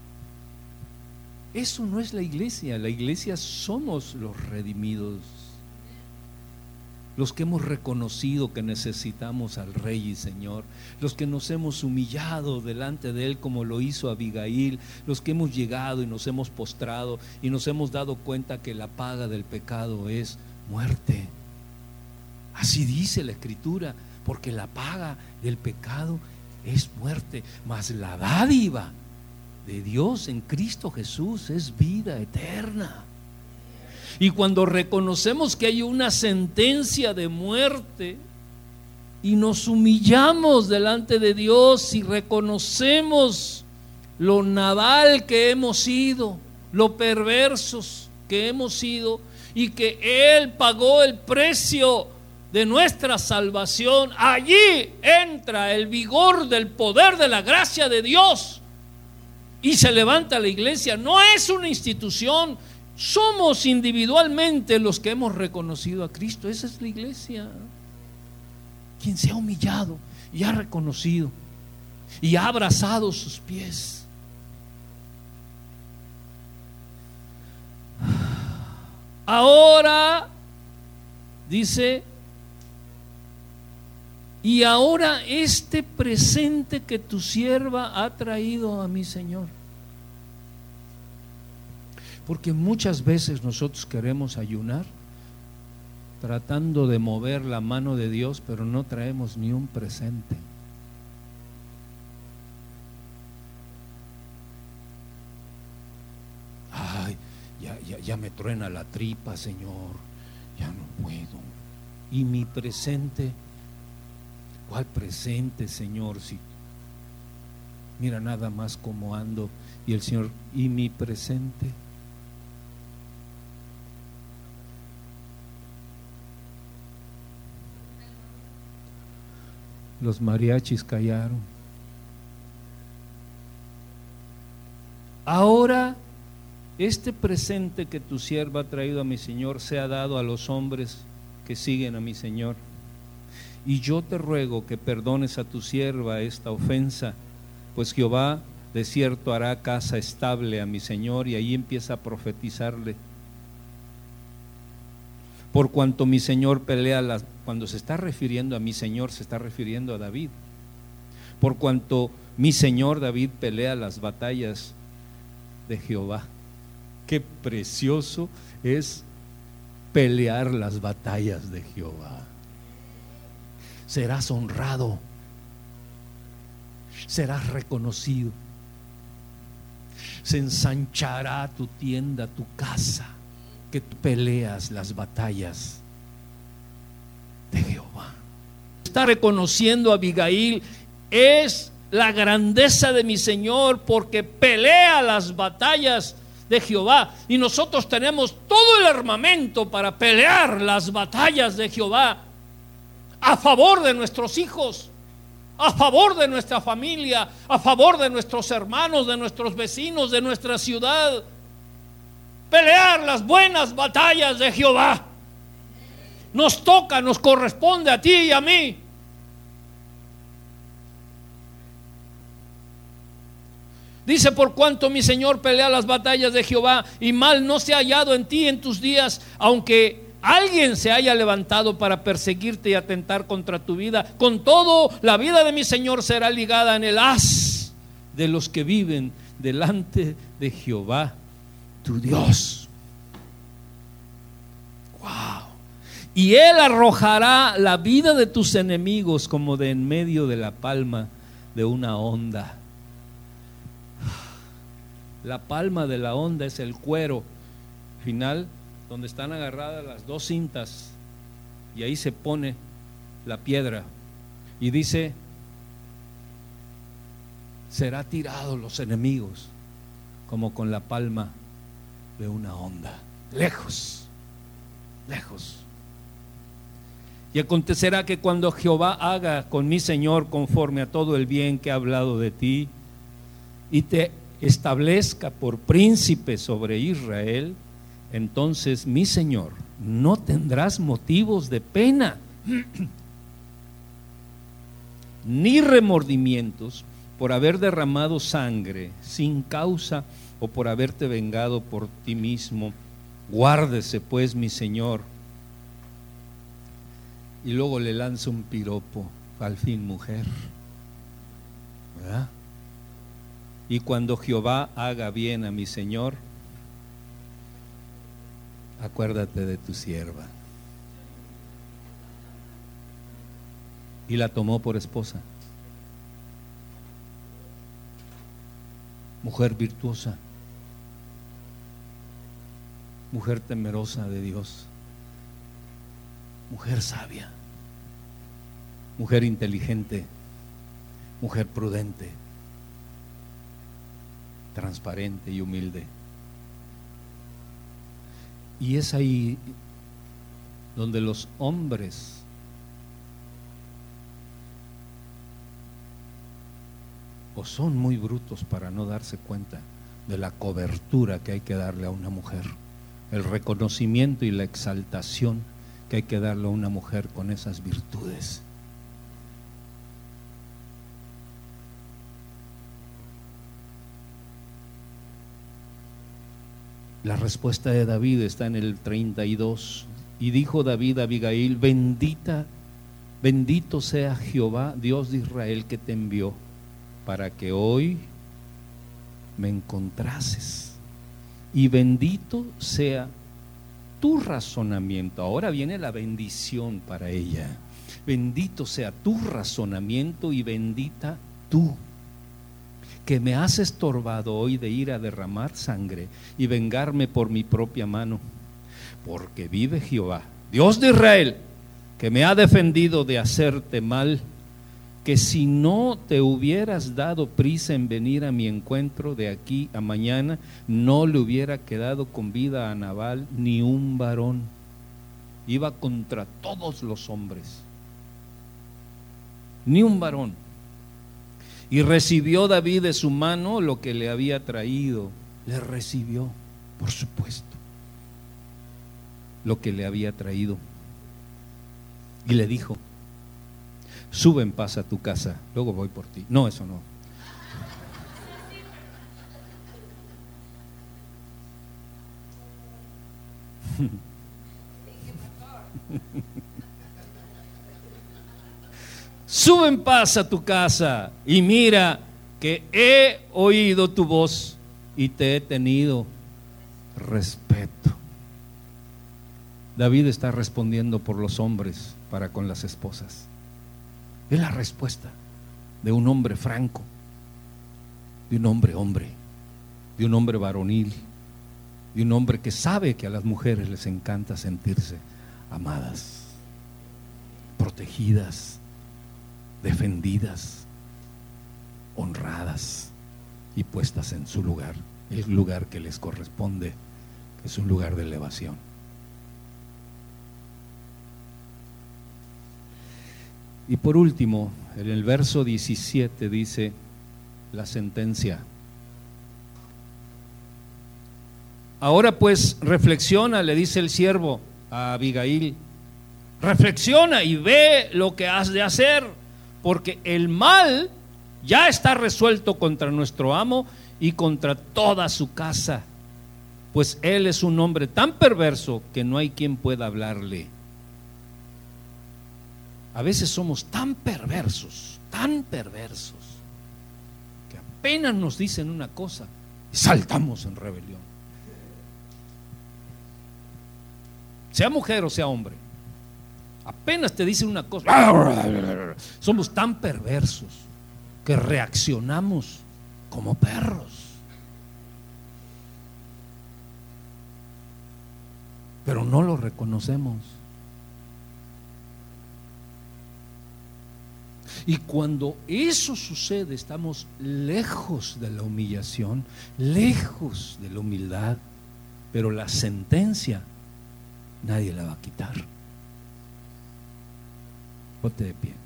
S1: Eso no es la iglesia somos los redimidos, los que hemos reconocido que necesitamos al Rey y Señor, los que nos hemos humillado delante de Él como lo hizo Abigail, los que hemos llegado y nos hemos postrado y nos hemos dado cuenta que la paga del pecado es muerte. Así dice la Escritura, porque la paga del pecado es muerte, mas la dádiva de Dios en Cristo Jesús es vida eterna. Y cuando reconocemos que hay una sentencia de muerte y nos humillamos delante de Dios y reconocemos lo Nabal que hemos sido, lo perversos que hemos sido, y que Él pagó el precio de nuestra salvación, allí entra el vigor del poder de la gracia de Dios y se levanta la iglesia. No es una institución. Somos individualmente los que hemos reconocido a Cristo. Esa es la iglesia. Quien se ha humillado y ha reconocido y ha abrazado sus pies. Ahora, dice, y ahora este presente que tu sierva ha traído a mi Señor. Porque muchas veces nosotros queremos ayunar tratando de mover la mano de Dios, pero no traemos ni un presente. Ay, ya me truena la tripa, Señor, ya no puedo. ¿Y mi presente? ¿Cuál presente, Señor? Si mira nada más cómo ando. Y el Señor, ¿y mi presente? Los mariachis callaron. Ahora este presente que tu sierva ha traído a mi Señor sea dado a los hombres que siguen a mi Señor. Y yo te ruego que perdones a tu sierva esta ofensa, pues Jehová de cierto hará casa estable a mi Señor. Y ahí empieza a profetizarle. Por cuanto mi Señor pelea cuando se está refiriendo a mi Señor, se está refiriendo a David. Por cuanto mi Señor David pelea las batallas de Jehová. Qué precioso es pelear las batallas de Jehová. Serás honrado, serás reconocido. se ensanchará tu tienda, tu casa, que tú peleas las batallas de Jehová. Está reconociendo a Abigail, es la grandeza de mi Señor porque pelea las batallas de Jehová, y nosotros tenemos todo el armamento para pelear las batallas de Jehová a favor de nuestros hijos, a favor de nuestra familia, a favor de nuestros hermanos, de nuestros vecinos, de nuestra ciudad. Pelear las buenas batallas de Jehová nos toca, nos corresponde a ti y a mí. Dice: por cuanto mi Señor pelea las batallas de Jehová, y mal no se ha hallado en ti en tus días, aunque alguien se haya levantado para perseguirte y atentar contra tu vida, con todo la vida de mi Señor será ligada en el haz de los que viven delante de Jehová tu Dios. Wow. Y Él arrojará la vida de tus enemigos como de en medio de la palma de una honda. La palma de la honda es el cuero final donde están agarradas las dos cintas, y ahí se pone la piedra, y dice: será tirado los enemigos como con la palma de una honda, lejos, lejos. Y acontecerá que cuando Jehová haga con mi Señor conforme a todo el bien que ha hablado de ti, y te establezca por príncipe sobre Israel, entonces mi Señor no tendrás motivos de pena ni remordimientos por haber derramado sangre sin causa o por haberte vengado por ti mismo. Guárdese pues mi Señor. Y luego le lanza un piropo: al fin, mujer, ¿verdad? Y cuando Jehová haga bien a mi Señor, acuérdate de tu sierva. Y la tomó por esposa. Mujer virtuosa, mujer temerosa de Dios, mujer sabia, mujer inteligente, mujer prudente, transparente y humilde. Y es ahí donde los hombres o son muy brutos para no darse cuenta de la cobertura que hay que darle a una mujer, el reconocimiento y la exaltación que hay que darle a una mujer con esas virtudes. La respuesta de David está en el 32. Y dijo David a Abigail: bendito sea Jehová, Dios de Israel, que te envió para que hoy me encontrases, y bendito sea tu razonamiento. Ahora viene la bendición para ella. Bendito sea tu razonamiento y bendita tú, que me has estorbado hoy de ir a derramar sangre y vengarme por mi propia mano. Porque vive Jehová, Dios de Israel, que me ha defendido de hacerte mal, que si no te hubieras dado prisa en venir a mi encuentro de aquí a mañana, no le hubiera quedado con vida a Nabal ni un varón. Iba contra todos los hombres, ni un varón. Y recibió David de su mano lo que le había traído. Le recibió, por supuesto, lo que le había traído. Y le dijo: sube en paz a tu casa, luego voy por ti. No, eso no. Sube en paz a tu casa y mira que he oído tu voz y te he tenido respeto. David está respondiendo por los hombres para con las esposas. Es la respuesta de un hombre franco, de un hombre. de un hombre varonil, de un hombre que sabe que a las mujeres les encanta sentirse amadas, protegidas, defendidas, honradas y puestas en su lugar, el lugar que les corresponde, que es un lugar de elevación. Y por último, en el verso 17 dice la sentencia. Ahora pues reflexiona, le dice el siervo a Abigail, reflexiona y ve lo que has de hacer, porque el mal ya está resuelto contra nuestro amo y contra toda su casa, pues él es un hombre tan perverso que no hay quien pueda hablarle. A veces somos tan perversos, que apenas nos dicen una cosa y saltamos en rebelión. Sea mujer o sea hombre, apenas te dicen una cosa, somos tan perversos que reaccionamos como perros. Pero no lo reconocemos. Y cuando eso sucede, estamos lejos de la humillación, lejos de la humildad, pero la sentencia nadie la va a quitar. Ponte de pie.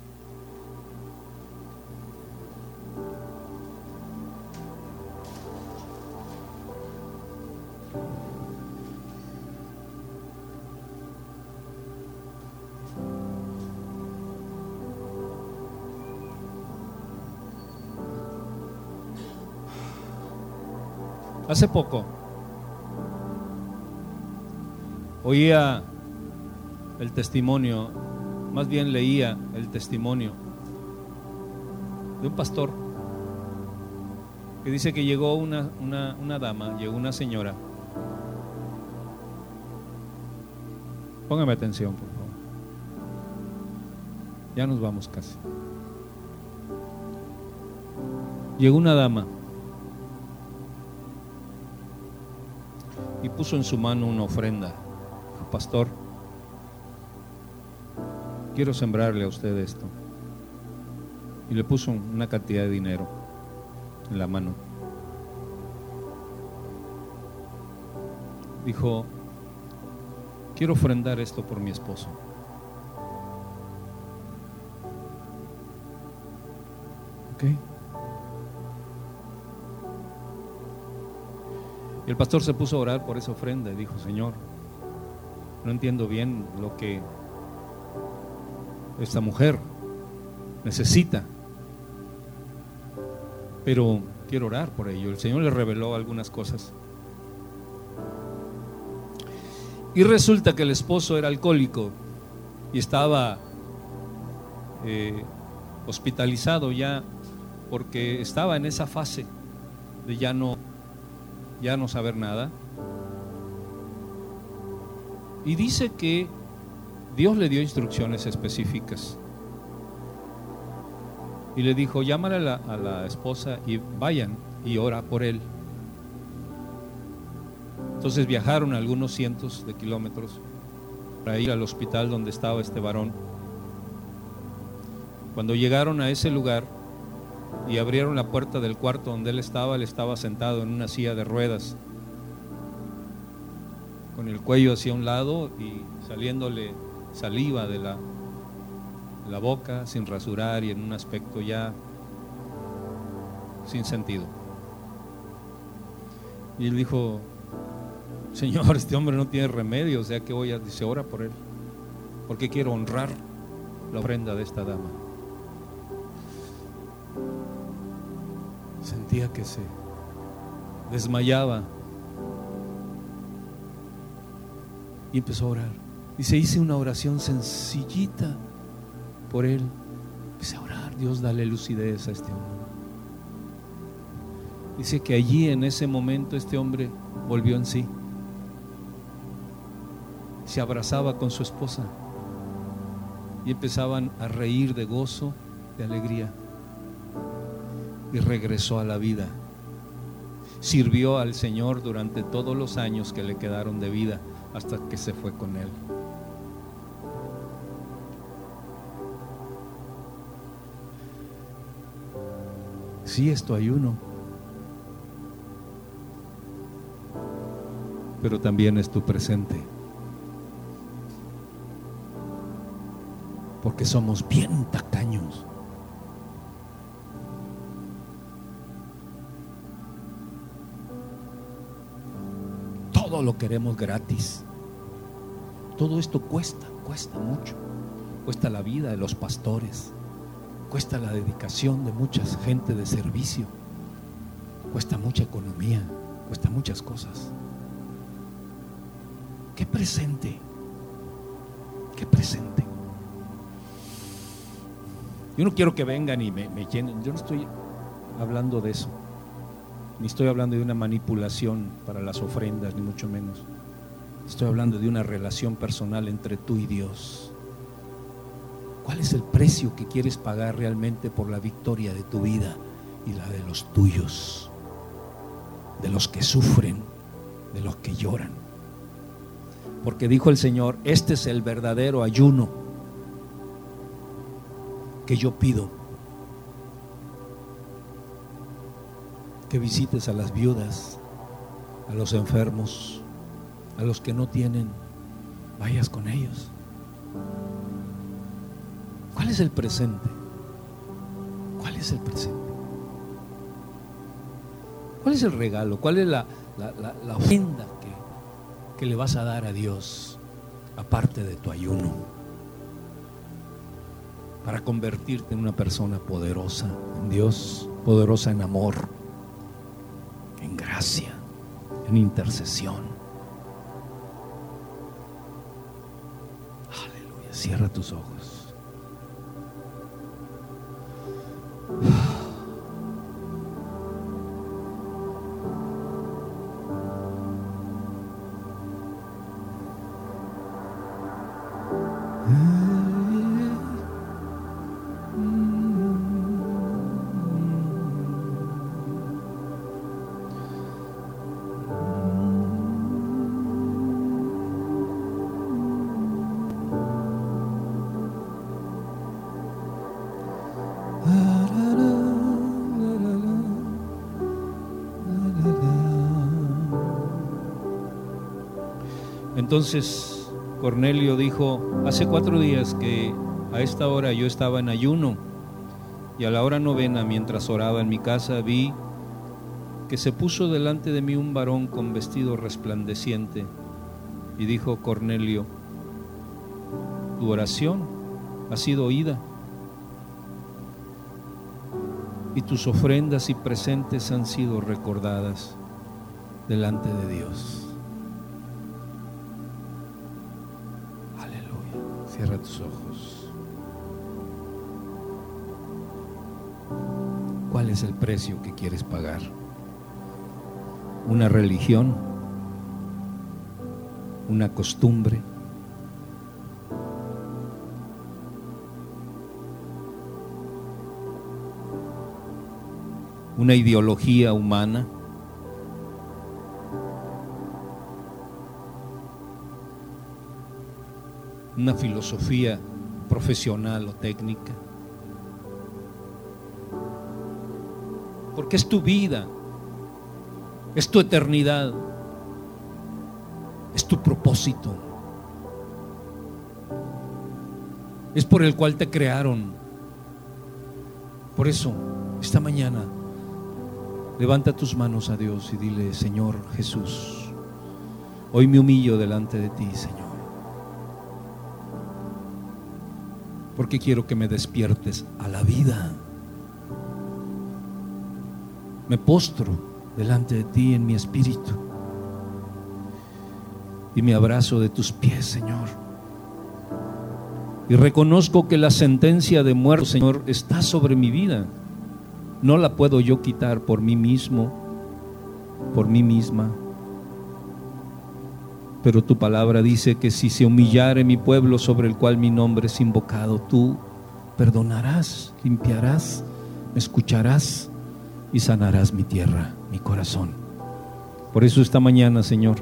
S1: Hace poco oía el testimonio, más bien leía el testimonio de un pastor que dice que llegó una dama, llegó una señora. Póngame atención, por favor. Ya nos vamos casi. Llegó una dama y puso en su mano una ofrenda. Dijo, pastor, quiero sembrarle a usted esto. Y le puso una cantidad de dinero en la mano. Dijo, quiero ofrendar esto por mi esposo. ¿Ok? Y el pastor se puso a orar por esa ofrenda y dijo, Señor, no entiendo bien lo que esta mujer necesita, pero quiero orar por ello. El Señor le reveló algunas cosas. Y resulta que el esposo era alcohólico y estaba hospitalizado ya, porque estaba en esa fase de ya no saber nada. Y dice que Dios le dio instrucciones específicas y le dijo, llámale a la esposa y vayan y ora por él. Entonces viajaron algunos cientos de kilómetros para ir al hospital donde estaba este varón. Cuando llegaron a ese lugar y abrieron la puerta del cuarto donde él estaba sentado en una silla de ruedas, con el cuello hacia un lado y saliéndole saliva de la boca, sin rasurar y en un aspecto ya sin sentido. Y él dijo, Señor, este hombre no tiene remedio, o sea que dice, ora por él, porque quiero honrar la ofrenda de esta dama. Sentía que se desmayaba y empezó a orar. Dice, hice una oración sencillita por él. Empecé a orar, Dios, dale lucidez a este hombre. Dice que allí en ese momento este hombre volvió en sí. Se abrazaba con su esposa y empezaban a reír de gozo, de alegría. Y regresó a la vida. sirvió al Señor durante todos los años que le quedaron de vida hasta que se fue con Él. Sí, es tu ayuno, pero también es tu presente, porque somos bien tacaños. Todo lo queremos gratis. Todo esto cuesta mucho. Cuesta la vida de los pastores, cuesta la dedicación de mucha gente de servicio, cuesta mucha economía, cuesta muchas cosas. ¿Qué presente? ¿Qué presente? Yo no quiero que vengan y me llenen. Yo no estoy hablando de eso, ni estoy hablando de una manipulación para las ofrendas, ni mucho menos. Estoy hablando de una relación personal entre tú y Dios. ¿Cuál es el precio que quieres pagar realmente por la victoria de tu vida y la de los tuyos? De los que sufren, de los que lloran. Porque dijo el Señor, este es el verdadero ayuno que yo pido. Que visites a las viudas, a los enfermos, a los que no tienen, vayas con ellos. ¿Cuál es el presente? ¿Cuál es el presente? ¿Cuál es el regalo? ¿Cuál es la ofrenda que le vas a dar a Dios aparte de tu ayuno? Para convertirte en una persona poderosa en Dios, poderosa en amor, en gracia, en intercesión. Aleluya. Cierra tus ojos. Entonces Cornelio dijo, hace 4 días que a esta hora yo estaba en ayuno, y a la hora 9, mientras oraba en mi casa, vi que se puso delante de mí un varón con vestido resplandeciente, y dijo: Cornelio, tu oración ha sido oída, y tus ofrendas y presentes han sido recordadas delante de Dios. Cierra tus ojos. ¿Cuál es el precio que quieres pagar? ¿Una religión? ¿Una costumbre? ¿Una ideología humana? ¿Una filosofía profesional o técnica? Porque es tu vida, es tu eternidad, es tu propósito, es por el cual te crearon. Por eso, esta mañana, levanta tus manos a Dios y dile: Señor Jesús, hoy me humillo delante de ti, Señor, porque quiero que me despiertes a la vida. Me postro delante de ti en mi espíritu y me abrazo de tus pies, Señor, y reconozco que la sentencia de muerte, Señor, está sobre mi vida. No la puedo yo quitar por mí mismo, por mí misma. Pero tu palabra dice que si se humillare mi pueblo sobre el cual mi nombre es invocado, tú perdonarás, limpiarás, me escucharás y sanarás mi tierra, mi corazón. Por eso esta mañana, Señor,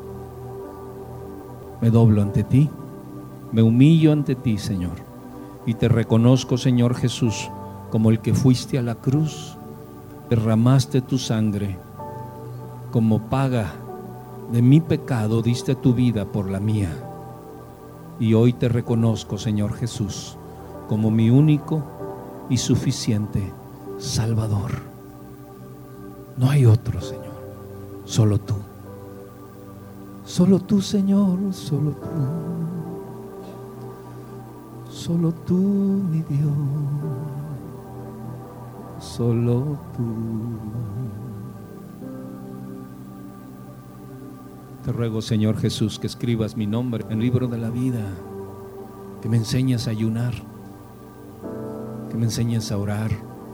S1: me doblo ante ti, me humillo ante ti, Señor, y te reconozco, Señor Jesús, como el que fuiste a la cruz, derramaste tu sangre, como paga de mi pecado diste tu vida por la mía. Y hoy te reconozco, Señor Jesús, como mi único y suficiente Salvador. No hay otro, Señor, solo tú. Solo tú, Señor, solo tú. Solo tú, mi Dios. Solo tú. Te ruego, Señor Jesús, que escribas mi nombre en el libro de la vida, que me enseñes a ayunar, que me enseñes a orar,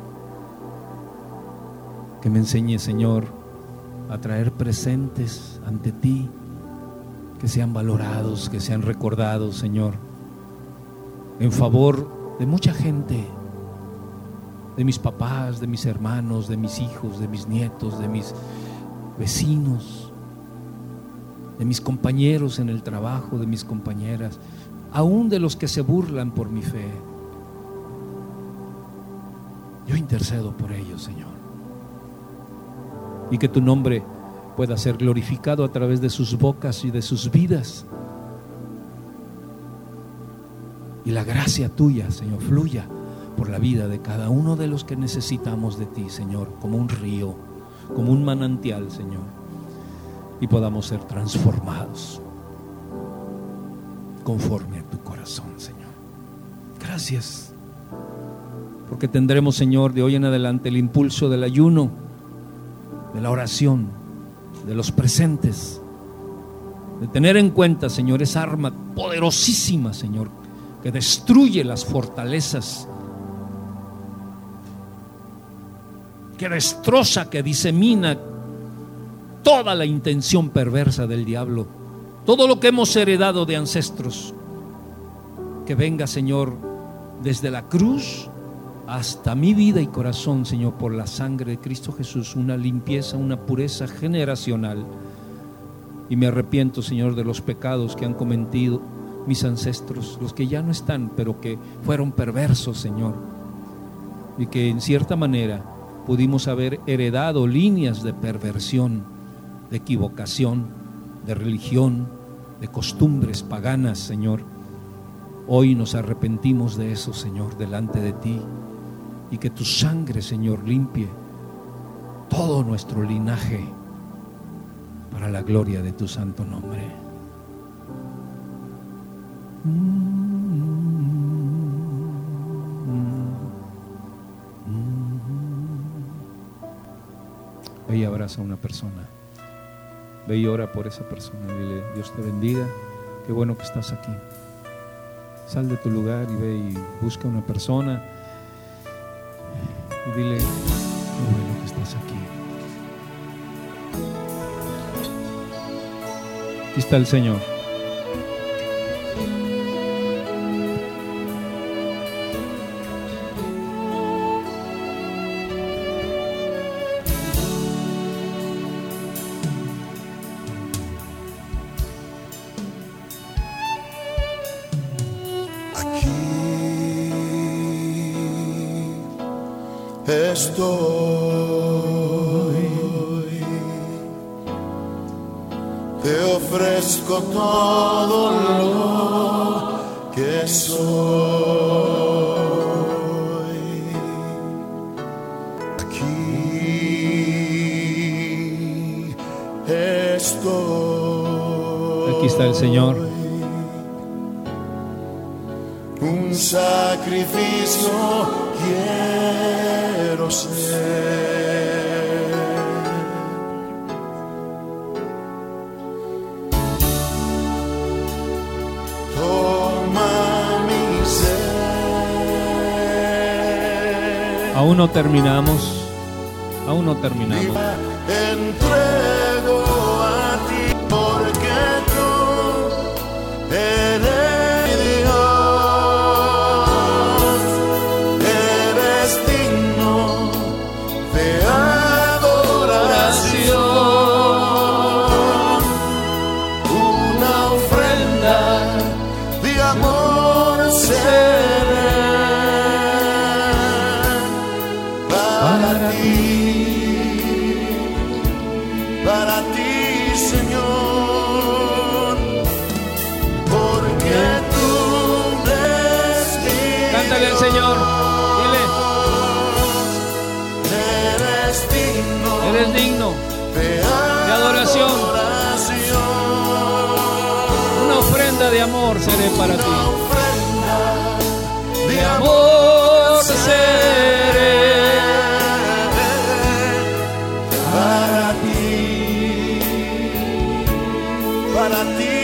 S1: que me enseñes, Señor, a traer presentes ante ti, que sean valorados, que sean recordados, Señor, en favor de mucha gente, de mis papás, de mis hermanos, de mis hijos, de mis nietos, de mis vecinos, de mis compañeros en el trabajo, de mis compañeras, aún de los que se burlan por mi fe. Yo intercedo por ellos, Señor, y que tu nombre pueda ser glorificado a través de sus bocas y de sus vidas, y la gracia tuya, Señor, fluya por la vida de cada uno de los que necesitamos de ti, Señor, como un río, como un manantial, Señor, y podamos ser transformados conforme a tu corazón, Señor. Gracias, porque tendremos, Señor, de hoy en adelante el impulso del ayuno, de la oración, de los presentes, de tener en cuenta, Señor, esa arma poderosísima, Señor, que destruye las fortalezas, que destroza, que disemina toda la intención perversa del diablo, todo lo que hemos heredado de ancestros. Que venga, Señor, desde la cruz hasta mi vida y corazón, Señor, por la sangre de Cristo Jesús, una limpieza, una pureza generacional. Y me arrepiento, Señor, de los pecados que han cometido mis ancestros, los que ya no están, pero que fueron perversos, Señor, y que en cierta manera pudimos haber heredado líneas de perversión, de equivocación, de religión, de costumbres paganas, Señor. Hoy nos arrepentimos de eso, Señor, delante de ti, y que tu sangre, Señor, limpie todo nuestro linaje para la gloria de tu santo nombre. Ve y abraza a una persona. Ve y ora por esa persona. Dile: Dios te bendiga, qué bueno que estás aquí. Sal de tu lugar y ve y busca a una persona y dile: qué bueno que estás aquí. Aquí está el Señor.
S2: Estoy, te ofrezco todo lo que soy. Aquí estoy.
S1: Aquí está el Señor.
S2: Un sacrificio quiero ser. Toma mi ser.
S1: Aún no terminamos. Aún no terminamos.
S2: Entrego a ti porque tú eres. para ti, Señor, porque tú eres digno.
S1: Cántale al Señor, dile, eres digno de adoración. Una ofrenda de amor seré para ti. De amor seré
S2: para ti,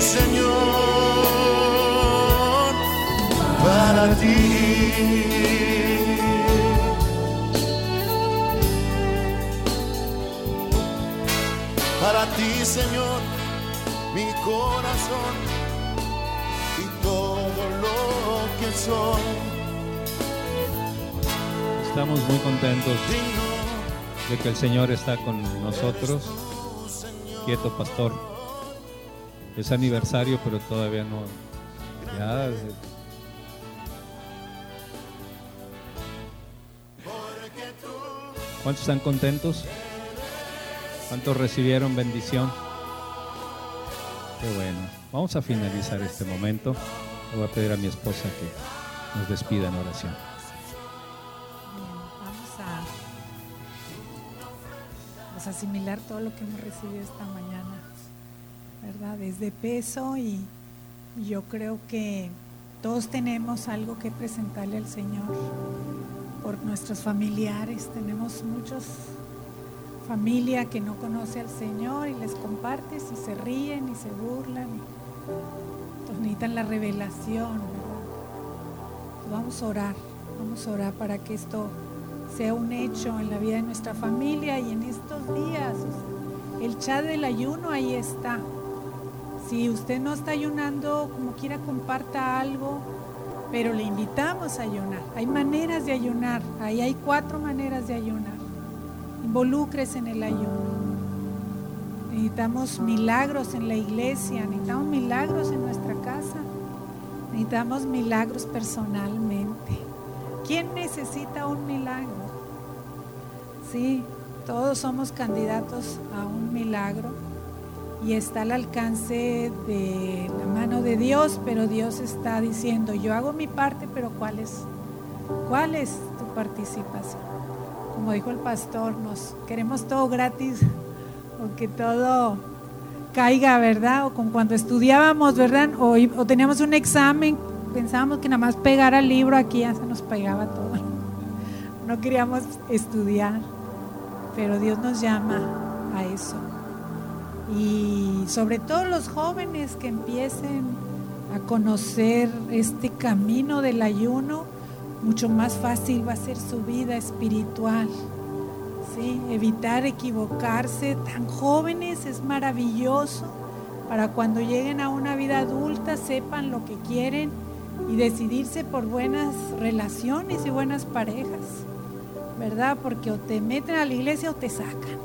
S2: Señor, para ti. Para ti, Señor, mi corazón y todo lo que soy.
S1: Estamos muy contentos de que el Señor está con nosotros. Quieto, pastor. Es aniversario, pero todavía no. Ya. ¿Cuántos están contentos? ¿Cuántos recibieron bendición? Qué bueno. Vamos a finalizar este momento. Le voy a pedir a mi esposa que nos despida en oración.
S3: Vamos a asimilar todo lo que hemos recibido esta mañana, ¿verdad? Desde peso, y yo creo que todos tenemos algo que presentarle al Señor por nuestros familiares. Tenemos muchos familia que no conoce al Señor y les compartes y se ríen y se burlan. Entonces necesitan la revelación, ¿verdad? Vamos a orar para que esto sea un hecho en la vida de nuestra familia y en estos días. El chat del ayuno ahí está. Si usted no está ayunando, como quiera, comparta algo, pero le invitamos a ayunar. Hay maneras de ayunar, ahí hay 4 maneras de ayunar. Involúcrese en el ayuno. Necesitamos milagros en la iglesia, necesitamos milagros en nuestra casa, necesitamos milagros personalmente. ¿Quién necesita un milagro? Sí, todos somos candidatos a un milagro y está al alcance de la mano de Dios, pero Dios está diciendo: yo hago mi parte, pero ¿cuál es tu participación? Como dijo el pastor, nos queremos todo gratis, o que todo caiga, ¿verdad? O como cuando estudiábamos, ¿verdad? O teníamos un examen, pensábamos que nada más pegar al libro, aquí ya se nos pegaba todo. No queríamos estudiar, pero Dios nos llama a eso. Y sobre todo los jóvenes que empiecen a conocer este camino del ayuno, mucho más fácil va a ser su vida espiritual. ¿Sí? Evitar equivocarse tan jóvenes es maravilloso, para cuando lleguen a una vida adulta sepan lo que quieren y decidirse por buenas relaciones y buenas parejas, ¿verdad? Porque o te meten a la iglesia o te sacan.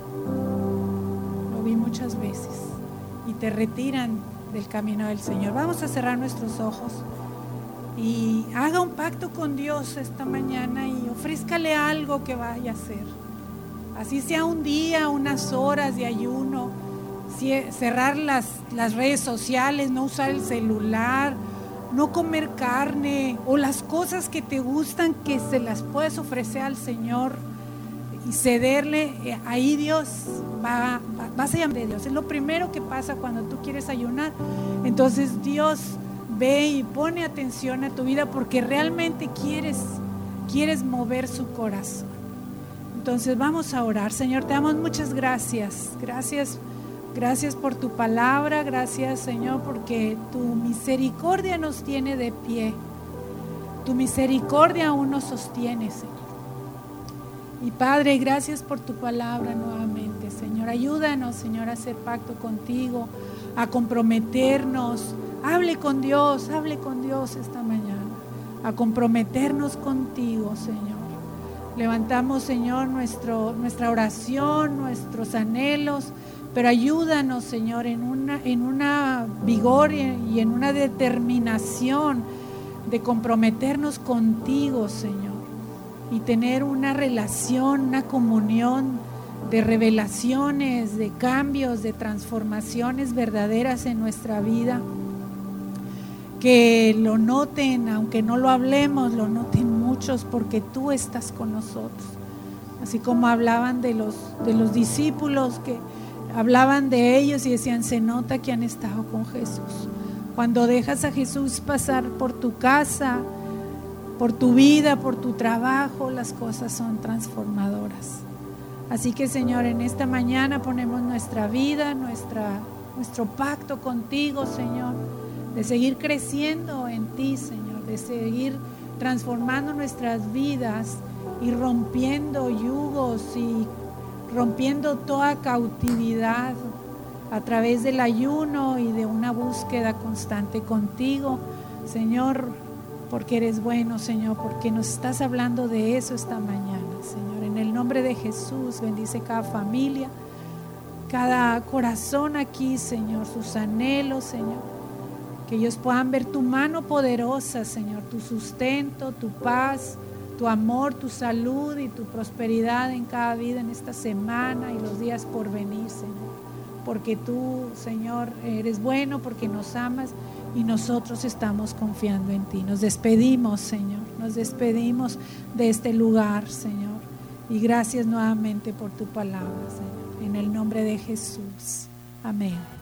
S3: Lo vi muchas veces, y te retiran del camino del Señor. Vamos a cerrar nuestros ojos y haga un pacto con Dios esta mañana y ofrézcale algo que vaya a hacer. Así sea un día, unas horas de ayuno, cerrar las redes sociales, no usar el celular, no comer carne, o las cosas que te gustan que se las puedes ofrecer al Señor y cederle. Ahí Dios vas a llamar de Dios. Es lo primero que pasa cuando tú quieres ayunar. Entonces Dios ve y pone atención a tu vida porque realmente quieres mover su corazón. Entonces vamos a orar. Señor, te damos muchas gracias. Gracias por tu palabra. Gracias, Señor, porque tu misericordia nos tiene de pie. Tu misericordia aún nos sostiene, Señor. Y Padre, gracias por tu palabra nuevamente, Señor. Ayúdanos, Señor, a hacer pacto contigo, a comprometernos. Hable con Dios esta mañana, a comprometernos contigo, Señor. Levantamos, Señor, nuestra oración, nuestros anhelos, pero ayúdanos, Señor, en una vigor y en una determinación de comprometernos contigo, Señor. y tener una relación, una comunión de revelaciones, de cambios, de transformaciones verdaderas en nuestra vida. Que lo noten, aunque no lo hablemos, lo noten muchos, porque tú estás con nosotros. Así como hablaban de los discípulos, que hablaban de ellos y decían, se nota que han estado con Jesús. Cuando dejas a Jesús pasar por tu casa, por tu vida, por tu trabajo, las cosas son transformadoras. Así que, Señor, en esta mañana ponemos nuestra vida, nuestro pacto contigo, Señor, de seguir creciendo en ti, Señor, de seguir transformando nuestras vidas y rompiendo yugos y rompiendo toda cautividad a través del ayuno y de una búsqueda constante contigo, Señor, porque eres bueno, Señor, porque nos estás hablando de eso esta mañana, Señor. En el nombre de Jesús, bendice cada familia, cada corazón aquí, Señor, sus anhelos, Señor. Que ellos puedan ver tu mano poderosa, Señor, tu sustento, tu paz, tu amor, tu salud y tu prosperidad en cada vida en esta semana y los días por venir, Señor. Porque tú, Señor, eres bueno, porque nos amas y nosotros estamos confiando en ti. Nos despedimos, Señor, nos despedimos de este lugar, Señor. Y gracias nuevamente por tu palabra, Señor. En el nombre de Jesús. Amén.